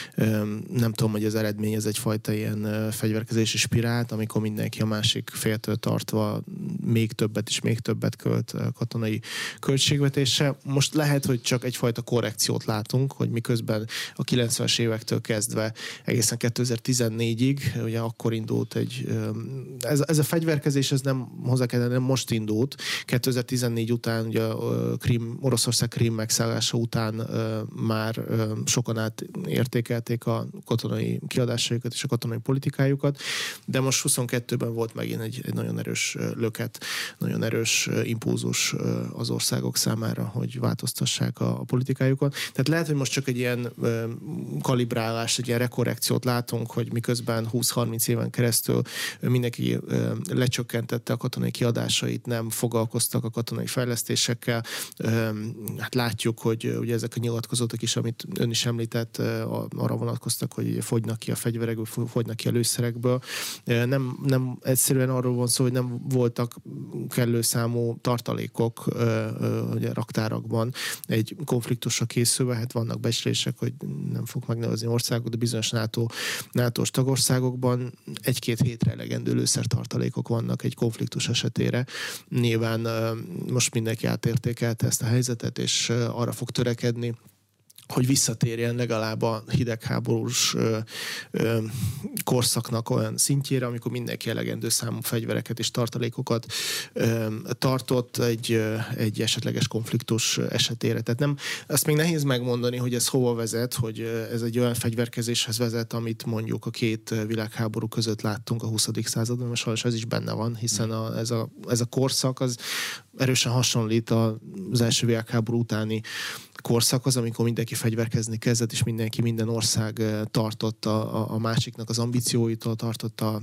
Nem tudom, hogy az eredmény ez egyfajta ilyen fegyverkezési spirált, amikor mindenki a másik féltől tartva még többet és még többet költ katonai költségvetésre. Most lehet, hogy csak egyfajta korrekciót látunk, hogy miközben a kilencvenes évektől kezdve egészen kétezer-tizennégyig, ugye akkor indult egy, ez, ez a fegyverkezés, ez nem hozzá kellene, nem most indult. kétezer-tizennégy után, ugye a Krím, Oroszország Krím megszállása után már sokan átértékelték a katonai kiadásaikat és a katonai politikájukat, de most huszonkettőben volt megint egy, egy nagyon erős löket, nagyon erős impulzus az országok számára, hogy változtassák a, a politikájukat. Tehát lehet, hogy most csak egy ilyen kalibrálást, egy ilyen rekorrekciót látunk, hogy miközben húsz-harminc éven keresztül mindenki lecsökkentette a katonai kiadásait, nem foglalkoztak a katonai fejlesztésekkel. Hát látjuk, hogy ugye ezek a nyilatkozatok is, amit ön is említett, arra vonatkoztak, hogy fogynak ki a fegyverekből, fogynak ki a lőszerekből. Nem, nem egyszerűen arról van szó, hogy nem voltak kellő számú tartalékok ugye, raktárakban egy konfliktusra készülve, hát vannak becslések, hogy nem fog megnevezni országok, de bizonyos NATO, nátós tagországokban egy-két hétre elegendő lőszertartalékok vannak egy konfliktus esetére. Nyilván most mindenki átértékelte ezt a helyzetet, és arra fog törekedni, hogy visszatérjen legalább a hidegháborús ö, ö, korszaknak olyan szintjére, amikor mindenki elegendő számú fegyvereket és tartalékokat ö, tartott egy, ö, egy esetleges konfliktus esetére. Tehát nem, azt még nehéz megmondani, hogy ez hova vezet, hogy ez egy olyan fegyverkezéshez vezet, amit mondjuk a két világháború között láttunk a huszadik században, és sajnos ez is benne van, hiszen a, ez, a, ez a korszak az erősen hasonlít az első világháború utáni korszakhoz, amikor mindenki fegyverkezni kezdett, és mindenki, minden ország tartotta a, a másiknak az ambícióitól, tartotta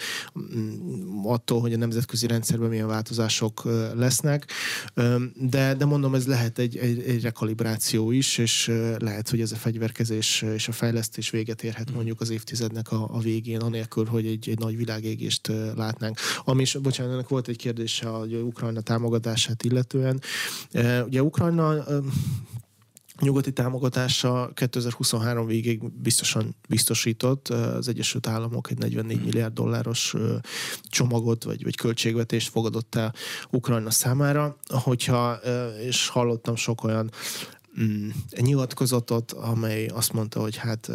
attól, hogy a nemzetközi rendszerben milyen változások lesznek. De, de mondom, ez lehet egy, egy, egy rekalibráció is, és lehet, hogy ez a fegyverkezés és a fejlesztés véget érhet mondjuk az évtizednek a, a végén, anélkül, hogy egy, egy nagy világégést látnánk. Ami is, bocsánat, ennek volt egy kérdése a Ukrajna támogatását illetően. Ugye Ukrajna nyugati támogatása kétezer-huszonhárom végig biztosan biztosított. Az Egyesült Államok egy negyvennégy milliárd dolláros csomagot vagy, vagy költségvetést fogadott el Ukrajna számára. Hogyha, és hallottam sok olyan mm, nyilatkozatot, amely azt mondta, hogy hát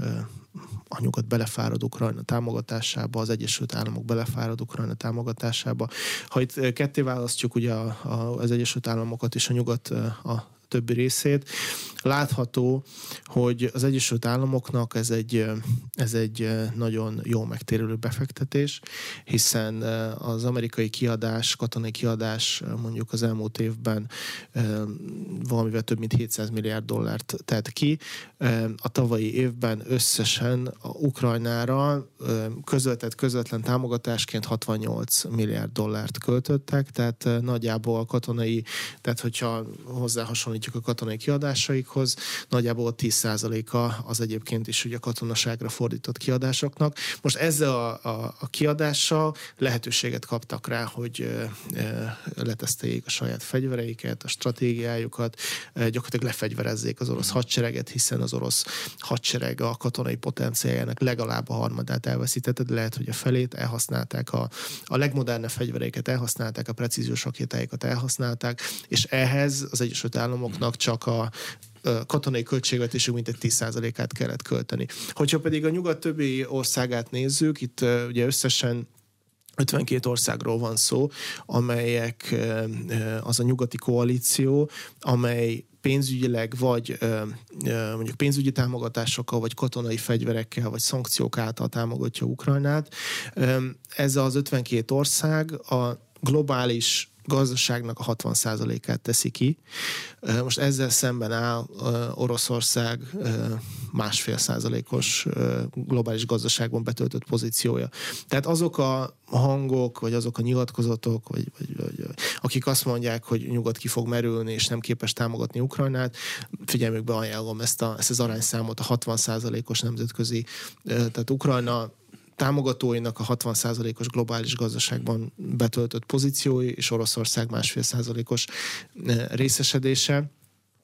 a nyugat belefárad Ukrajna támogatásába, az Egyesült Államok belefárad Ukrajna támogatásába. Ha itt ketté választjuk ugye a, a, az Egyesült Államokat és a nyugat a többi részét, látható, hogy az Egyesült Államoknak ez egy, ez egy nagyon jó megtérülő befektetés, hiszen az amerikai kiadás, katonai kiadás mondjuk az elmúlt évben valamivel több mint hétszáz milliárd dollárt tett ki. A tavalyi évben összesen a Ukrajnára közvetett közvetlen támogatásként hatvannyolc milliárd dollárt költöttek, tehát nagyjából a katonai, tehát hogyha hozzá hasonlítjuk a katonai kiadásaikhoz, nagyjából tíz százaléka az egyébként is ugye a katonaságra fordított kiadásoknak. Most ezzel a, a, a kiadással lehetőséget kaptak rá, hogy e, e, leteszteljék a saját fegyvereiket, a stratégiájukat, e, gyakorlatilag lefegyverezzék az orosz hadsereget, hiszen az orosz hadsereg a katonai potenciáljának legalább a harmadát elveszítette, de lehet, hogy a felét elhasználták, a, a legmodernebb fegyvereiket elhasználták, a precíziós rakétáikat elhasználták, és ehhez az Egyesült Államoknak csak a katonai költségvetésük mintegy tíz százalékát kellett költeni. Hogyha pedig a nyugat többi országát nézzük, itt ugye összesen ötvenkét országról van szó, amelyek az a nyugati koalíció, amely pénzügyileg vagy mondjuk pénzügyi támogatásokkal, vagy katonai fegyverekkel, vagy szankciók által támogatja Ukrajnát. Ez az ötvenkét ország a globális gazdaságnak a hatvan százalékát teszi ki. Most ezzel szemben áll Oroszország másfél százalékos globális gazdaságban betöltött pozíciója. Tehát azok a hangok, vagy azok a nyilatkozatok, vagy, vagy, vagy akik azt mondják, hogy nyugat ki fog merülni, és nem képes támogatni Ukrajnát, figyelmükbe ajánlom ezt, a, ezt az arányszámot, a hatvan százalékos nemzetközi, tehát Ukrajna támogatóinak a hatvan százalékos globális gazdaságban betöltött pozíciói, és Oroszország másfél százalékos részesedése.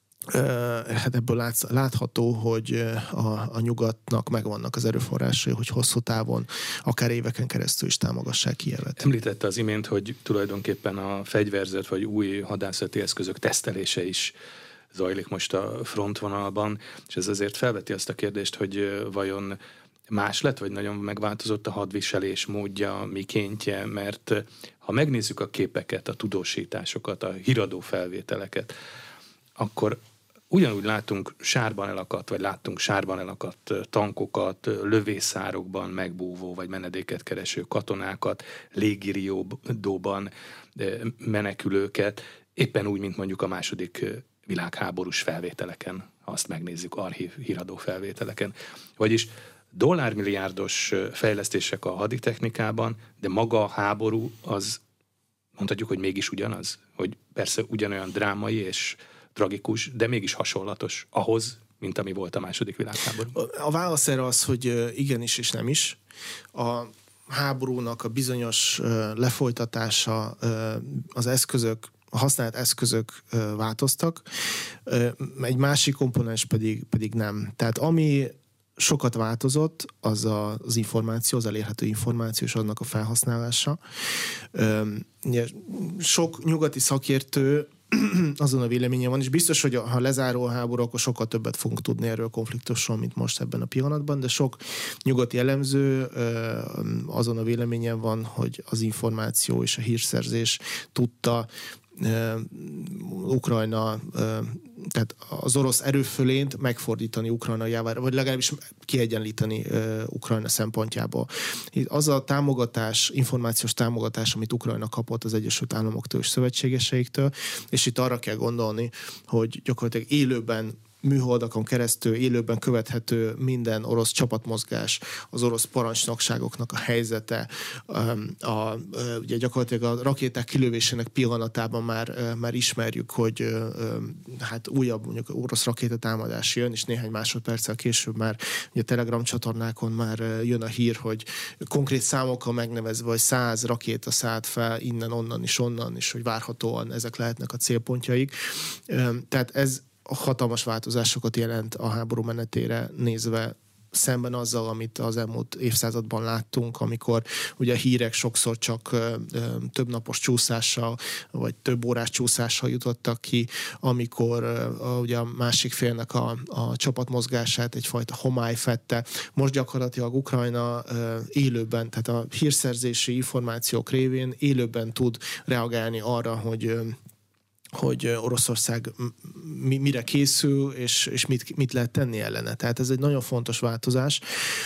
Hát ebből látsz, látható, hogy a, a nyugatnak megvannak az erőforrásai, hogy hosszú távon, akár éveken keresztül is támogassák Kijevet. Említette az imént, hogy tulajdonképpen a fegyverzet vagy új hadászati eszközök tesztelése is zajlik most a frontvonalban, és ez azért felveti azt a kérdést, hogy vajon más lett, vagy nagyon megváltozott a hadviselés módja, mikéntje, mert ha megnézzük a képeket, a tudósításokat, a híradó felvételeket, akkor ugyanúgy látunk sárban elakadt, vagy láttunk sárban elakadt tankokat, lövészárokban megbúvó, vagy menedéket kereső katonákat, légiriódóban menekülőket, éppen úgy, mint mondjuk a második világháborús felvételeken, ha azt megnézzük, archív híradó felvételeken. Vagyis dollármilliárdos fejlesztések a haditechnikában, de maga a háború az, mondhatjuk, hogy mégis ugyanaz, hogy persze ugyanolyan drámai és tragikus, de mégis hasonlatos ahhoz, mint ami volt a második világháború. A válasz erre az, hogy igenis és nem is. A háborúnak a bizonyos lefolytatása, az eszközök, a használt eszközök változtak, egy másik komponens pedig, pedig nem. Tehát ami sokat változott, az a, az információ, az elérhető információ és annak a felhasználása. Sok nyugati szakértő azon a véleményen van, és biztos, hogy ha lezárul a háború, akkor sokkal többet fogunk tudni erről a konfliktusról, mint most ebben a pillanatban, de sok nyugati elemző azon a véleményen van, hogy az információ és a hírszerzés tudta Ukrajna, tehát az orosz erőfölényt megfordítani Ukrajna javára, vagy legalábbis kiegyenlíteni Ukrajna szempontjából. Az a támogatás, információs támogatás, amit Ukrajna kapott az Egyesült Államoktól és szövetségeseiktől, és itt arra kell gondolni, hogy gyakorlatilag élőben műholdakon keresztül élőben követhető minden orosz csapatmozgás, az orosz parancsnokságoknak a helyzete, a, a, ugye gyakorlatilag a rakéták kilövésének pillanatában már, már ismerjük, hogy hát újabb mondjuk orosz rakétatámadás jön, és néhány másodperccel később már ugye a Telegram csatornákon már jön a hír, hogy konkrét számokkal megnevezve, hogy száz rakéta szállt fel innen, onnan és onnan, és hogy várhatóan ezek lehetnek a célpontjaik. Tehát ez hatalmas változásokat jelent a háború menetére nézve, szemben azzal, amit az elmúlt évszázadban láttunk, amikor ugye a hírek sokszor csak ö, ö, több napos csúszással, vagy több órás csúszással jutottak ki, amikor ö, ugye a másik félnek a, a csapatmozgását egyfajta homály fedte. Most gyakorlatilag Ukrajna ö, élőben, tehát a hírszerzési információk révén élőben tud reagálni arra, hogy ö, hogy Oroszország mire készül, és, és mit, mit lehet tenni ellene. Tehát ez egy nagyon fontos változás,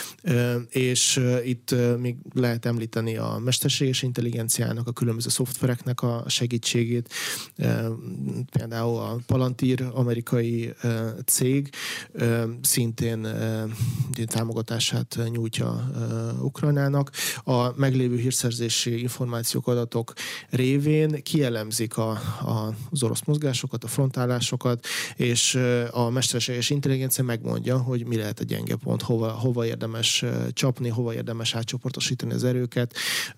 és itt még lehet említeni a mesterséges intelligenciának, a különböző szoftvereknek a segítségét. Például a Palantir amerikai cég szintén támogatását nyújtja Ukrajnának. A meglévő hírszerzési információk, adatok révén kielemzik a, a az orosz mozgásokat, a frontállásokat, és a mesterséges intelligencia megmondja, hogy mi lehet a gyenge pont, hova, hova érdemes csapni, hova érdemes átcsoportosítani az erőket,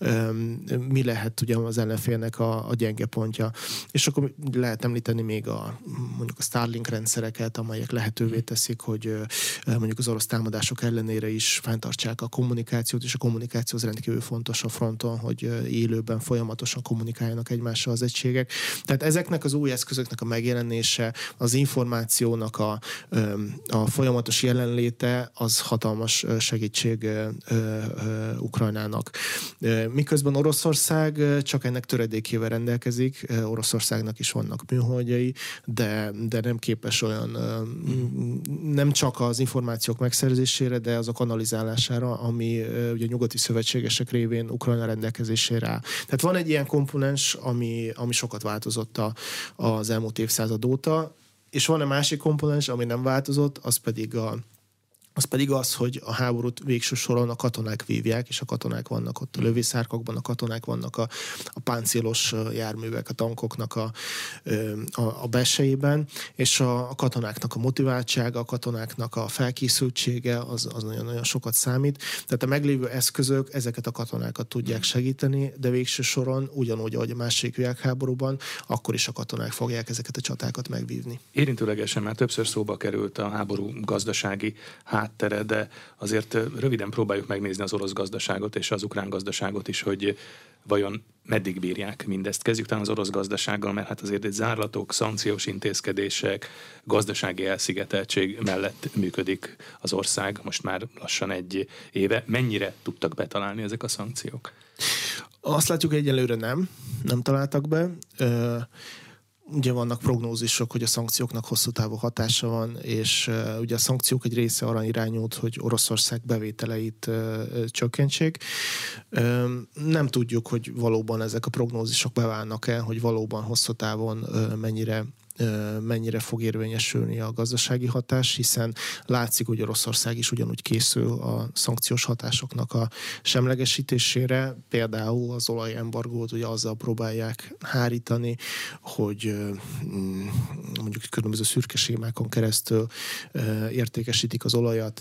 mi lehet ugye az ellenfélnek a, a gyenge pontja. És akkor lehet említeni még a, mondjuk a Starlink rendszereket, amelyek lehetővé teszik, hogy mondjuk az orosz támadások ellenére is fenntartsák a kommunikációt, és a kommunikáció az rendkívül fontos a fronton, hogy élőben folyamatosan kommunikáljanak egymással az egységek. Tehát ezeknek ezeknek az új eszközöknek a megjelenése, az információnak a, a folyamatos jelenléte, az hatalmas segítség Ukrajnának. Miközben Oroszország csak ennek töredékével rendelkezik, Oroszországnak is vannak műholdjai, de, de nem képes olyan, nem csak az információk megszerzésére, de azok analizálására, ami ugye nyugati szövetségesek révén Ukrajna rendelkezésére áll. Tehát van egy ilyen komponens, ami, ami sokat változott a, az elmúlt évszázad óta, és van egy másik komponens, ami nem változott, az pedig a az pedig az, hogy a háborút végső soron a katonák vívják, és a katonák vannak ott a lövészárkokban, a katonák vannak a, a páncélos járművek, a tankoknak a, a, a belsejében, és a, a katonáknak a motiváltsága, a katonáknak a felkészültsége, az, az nagyon-nagyon sokat számít. Tehát a meglévő eszközök ezeket a katonákat tudják segíteni, de végső soron, ugyanúgy, ahogy a második világháborúban, akkor is a katonák fogják ezeket a csatákat megvívni. Érintőlegesen már többször szóba került a háború gazdasági háttere, de azért röviden próbáljuk megnézni az orosz gazdaságot és az ukrán gazdaságot is, hogy vajon meddig bírják mindezt. Kezdjük talán az orosz gazdasággal, mert hát azért egy zárlatok, szankciós intézkedések, gazdasági elszigeteltség mellett működik az ország most már lassan egy éve. Mennyire tudtak betalálni ezek a szankciók? Azt látjuk, egyelőre nem, nem találtak be. Ö- Ugye vannak prognózisok, hogy a szankcióknak hosszú távú hatása van, és uh, ugye a szankciók egy része arra irányult, hogy Oroszország bevételeit uh, csökkentsék. Um, nem tudjuk, hogy valóban ezek a prognózisok beválnak-e, hogy valóban hosszú távon uh, mennyire mennyire fog érvényesülni a gazdasági hatás, hiszen látszik, hogy Oroszország is ugyanúgy készül a szankciós hatásoknak a semlegesítésére. Például az olajembargót ugye azzal próbálják hárítani, hogy mondjuk különböző szürke sémákon keresztül értékesítik az olajat,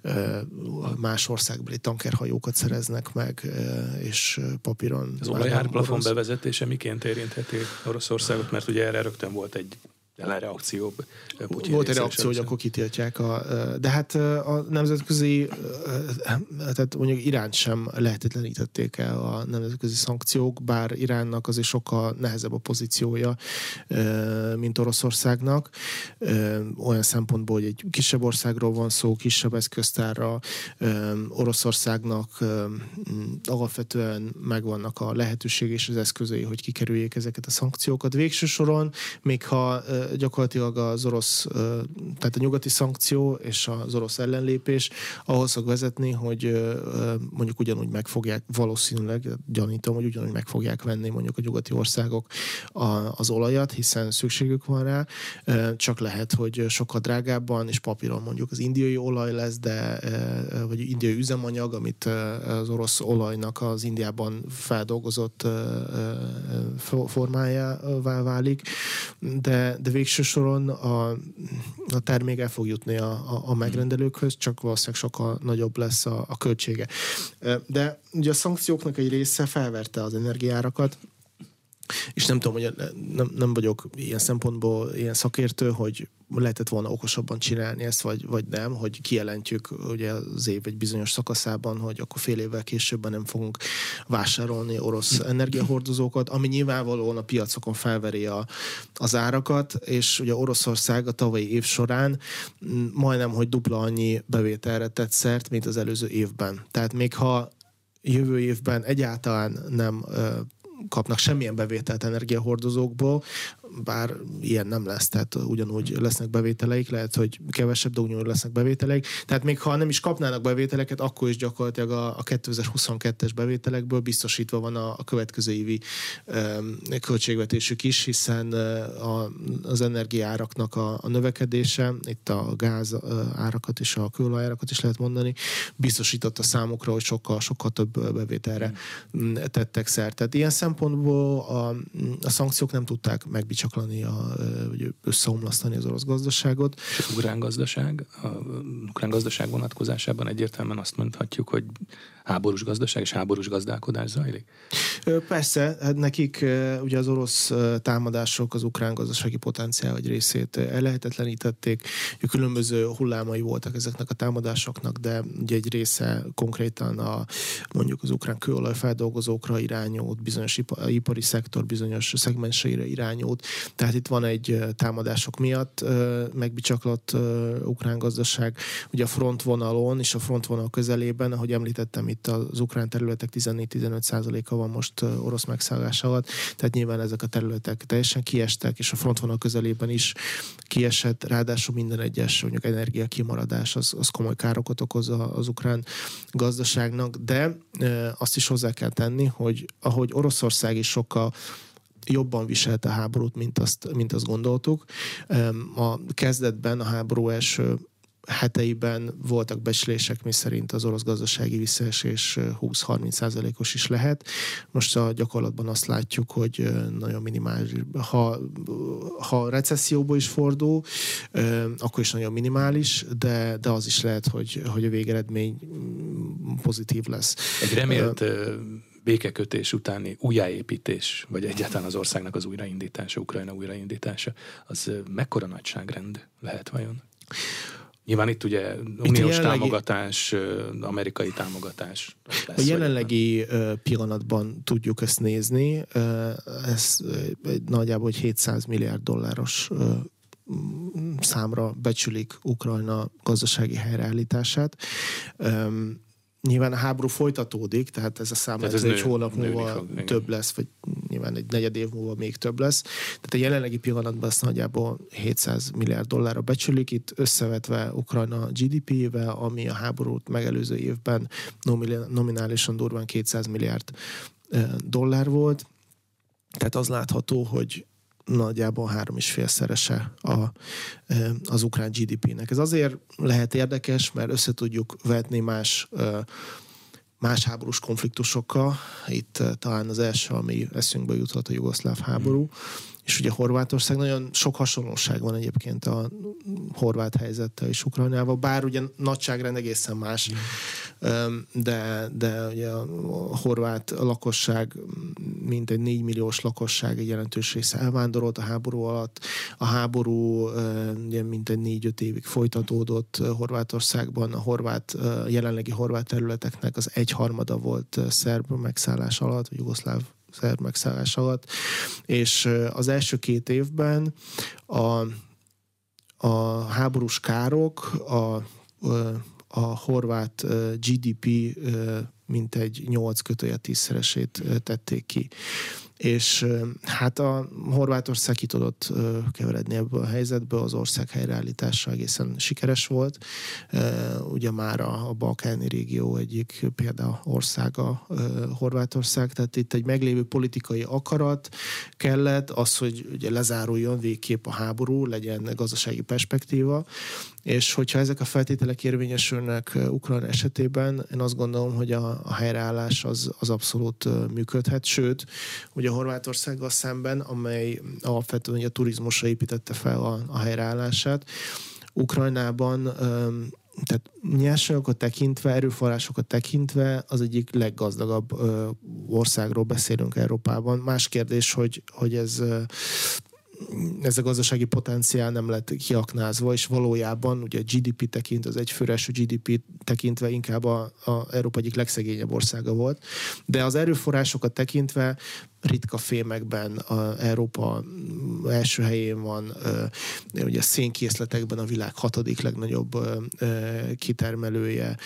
más országbeli tankerhajókat szereznek meg, és papíron... Az olajárplafon bevezetése miként érintheti Oroszországot, mert ugye erre rögtön volt egy ellenreakció. Volt egy reakció, hogy akkor kitiltják. A, de hát a nemzetközi, tehát mondjuk Iránt sem lehetetlenítették el a nemzetközi szankciók, bár Iránnak azért sokkal nehezebb a pozíciója, mint Oroszországnak. Olyan szempontból, hogy egy kisebb országról van szó, kisebb eszköztárra, Oroszországnak alapvetően megvannak a lehetőség és az eszközei, hogy kikerüljék ezeket a szankciókat. Végső soron, még ha gyakorlatilag az orosz, tehát a nyugati szankció és az orosz ellenlépés ahhoz fog vezetni, hogy mondjuk ugyanúgy meg fogják, valószínűleg gyanítom, hogy ugyanúgy meg fogják venni mondjuk a nyugati országok az olajat, hiszen szükségük van rá, csak lehet, hogy sokkal drágábban, és papíron mondjuk az indiai olaj lesz, de vagy indiai üzemanyag, amit az orosz olajnak az Indiában feldolgozott formájává válik, de, de végső soron a, a termék el fog jutni a, a, a megrendelőkhöz, csak valószínűleg sokkal nagyobb lesz a, a költsége. De ugye a szankcióknak egy része felverte az energiárakat, és nem tudom, hogy nem, nem vagyok ilyen szempontból ilyen szakértő, hogy lehetett volna okosabban csinálni ezt, vagy, vagy nem, hogy kijelentjük ugye az év egy bizonyos szakaszában, hogy akkor fél évvel későbben nem fogunk vásárolni orosz energiahordozókat, ami nyilvánvalóan a piacokon felveri a, az árakat, és ugye Oroszország a tavalyi év során majdnem, hogy dupla annyi bevételre tett szert, mint az előző évben. Tehát még ha jövő évben egyáltalán nem kapnak semmilyen bevételt energiahordozókból, bár ilyen nem lesz, tehát ugyanúgy lesznek bevételeik, lehet, hogy kevesebb, de ugyanúgy lesznek bevételeik. Tehát még ha nem is kapnának bevételeket, akkor is gyakorlatilag a, a kétezer-huszonkettes bevételekből biztosítva van a, a következő évi um, költségvetésük is, hiszen uh, a, az energiaáraknak a, a növekedése, itt a gáz uh, árakat és a kőolaj árakat is lehet mondani, biztosította számukra, hogy sokkal, sokkal több bevételre mm. tettek szert. Tehát ilyen szempontból a, a szankciók nem tudták megbicsaklani, a, vagy összeomlasztani az orosz gazdaságot. És az ukrán gazdaság, a ukrán gazdaság vonatkozásában egyértelműen azt mondhatjuk, hogy háborús gazdaság és háborús gazdálkodás zajlik? Persze, hát nekik ugye az orosz támadások az ukrán gazdasági potenciál egy részét ellehetetlenítették. Különböző hullámai voltak ezeknek a támadásoknak, de ugye egy része konkrétan a, mondjuk az ukrán kőolajfeldolgozókra irányult, bizonyos ipari szektor bizonyos szegmenseire irányult, Tehát itt van egy támadások miatt megbicsaklott ukrán gazdaság. Ugye a frontvonalon és a frontvonal közelében, ahogy említettem, itt az ukrán területek tizennégy-tizenöt százaléka van most orosz megszállás alatt, tehát nyilván ezek a területek teljesen kiestek, és a frontvonal közelében is kiesett, ráadásul minden egyes mondjuk energia kimaradás az, az komoly károkat okoz az ukrán gazdaságnak, de e, azt is hozzá kell tenni, hogy ahogy Oroszország is sokkal jobban viselte a háborút, mint azt, mint azt gondoltuk. A kezdetben, a háború első heteiben voltak becslések, miszerint az orosz gazdasági visszaesés húsz-harminc százalékos is lehet. Most a gyakorlatban azt látjuk, hogy nagyon minimális. Ha, ha recesszióba is fordul, akkor is nagyon minimális, de, de az is lehet, hogy, hogy a végeredmény pozitív lesz. Egy remélt uh, békekötés utáni újjáépítés, vagy egyáltalán az országnak az újraindítása, Ukrajna újraindítása, az mekkora nagyságrend lehet vajon? Nyilván itt ugye uniós jelenlegi, támogatás, amerikai támogatás. Lesz, a jelenlegi vagy... pillanatban tudjuk ezt nézni. Ez nagyjából egy hétszáz milliárd dolláros számra becsülik Ukrajna gazdasági helyreállítását. Nyilván a háború folytatódik, tehát ez a szám ez egy hónap múlva fog, több lesz, vagy nyilván egy negyed év múlva még több lesz. Tehát a jelenlegi pillanatban ezt nagyjából hétszáz milliárd dollárra becsülik, itt összevetve Ukrajna gé dé pé-vel, ami a háborút megelőző évben nominálisan durván kétszáz milliárd dollár volt. Tehát az látható, hogy nagyjából három és félszerese a, az ukrán gé dé pé-nek. Ez azért lehet érdekes, mert össze tudjuk vetni más, más háborús konfliktusokkal. Itt talán az első, ami eszünkbe juthat, a jugoszláv háború. És ugye Horvátország, nagyon sok hasonlóság van egyébként a horvát helyzettel és Ukrajnával, bár ugye nagyságrend egészen más, de, de ugye a horvát lakosság, mint egy négy milliós lakosság, egy jelentős része elvándorolt a háború alatt. A háború ugye mint egy négy-öt évig folytatódott Horvátországban. A horvát, jelenlegi horvát területeknek az egyharmada volt szerb megszállás alatt, vagy jugoszláv szerb megszállás alatt, és az első két évben a, a háborús károk a, a horvát gé dé pé mintegy nyolc kötője tízszeresét tették ki. És hát a Horvátország ki tudott keveredni ebből a helyzetből, az ország helyreállítása egészen sikeres volt. Ugye már a, a balkáni régió egyik példa országa Horvátország, tehát itt egy meglévő politikai akarat kellett, az, hogy ugye lezáruljon végképp a háború, legyen gazdasági perspektíva, és hogyha ezek a feltételek érvényesülnek Ukrajna esetében, én azt gondolom, hogy a, a helyreállás az, az abszolút működhet, sőt, ugye Horvátországgal szemben, amely alapvetően a turizmusra építette fel a, a helyreállását, Ukrajnában tehát nyersanyagokat tekintve, erőforrásokat tekintve az egyik leggazdagabb országról beszélünk Európában. Más kérdés, hogy, hogy ez ez a gazdasági potenciál nem lett kiaknázva, és valójában ugye a gé dé pé tekint, az egyfőres gé dé pé tekintve inkább a, a Európa egyik legszegényebb országa volt. De az erőforrásokat tekintve ritka fémekben a Európa első helyén van, ugye a szénkészletekben a világ hatodik legnagyobb kitermelője,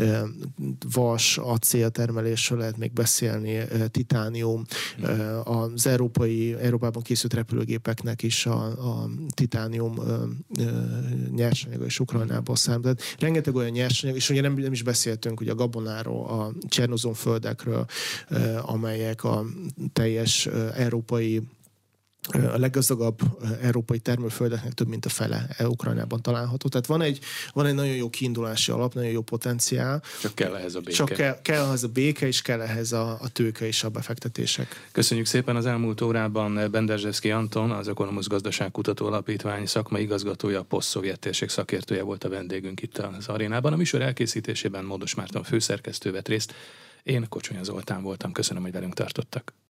vas, acél termelésről lehet még beszélni, titánium, az európai, Európában készült repülőgépeknek is a, a titánium nyersanyaga és Ukrajnából származik. Rengeteg olyan nyersanyag, és ugye nem, nem is beszéltünk ugye a gabonáról, a Csernozon földekről, amelyek a teljes európai, a leggazdagabb európai termőföldeknek több mint a fele Ukrajnában található. Tehát van egy, van egy nagyon jó kiindulási alap, nagyon jó potenciál. Csak kell ehhez a béke. Csak kell, kell ehhez a béke, és kell ehhez a, a tőke és a befektetések. Köszönjük szépen. Az elmúlt órában Benderzsevszky Anton, az Ökonomusz Gazdaságkutató Alapítvány szakmai igazgatója, poszt-szovjet térség szakértője volt a vendégünk itt az arénában. A műsor elkészítésében Módos Márton főszerkesztő vett részt. Én Kocsonya Zoltán voltam. Köszönöm, hogy velünk tartottak.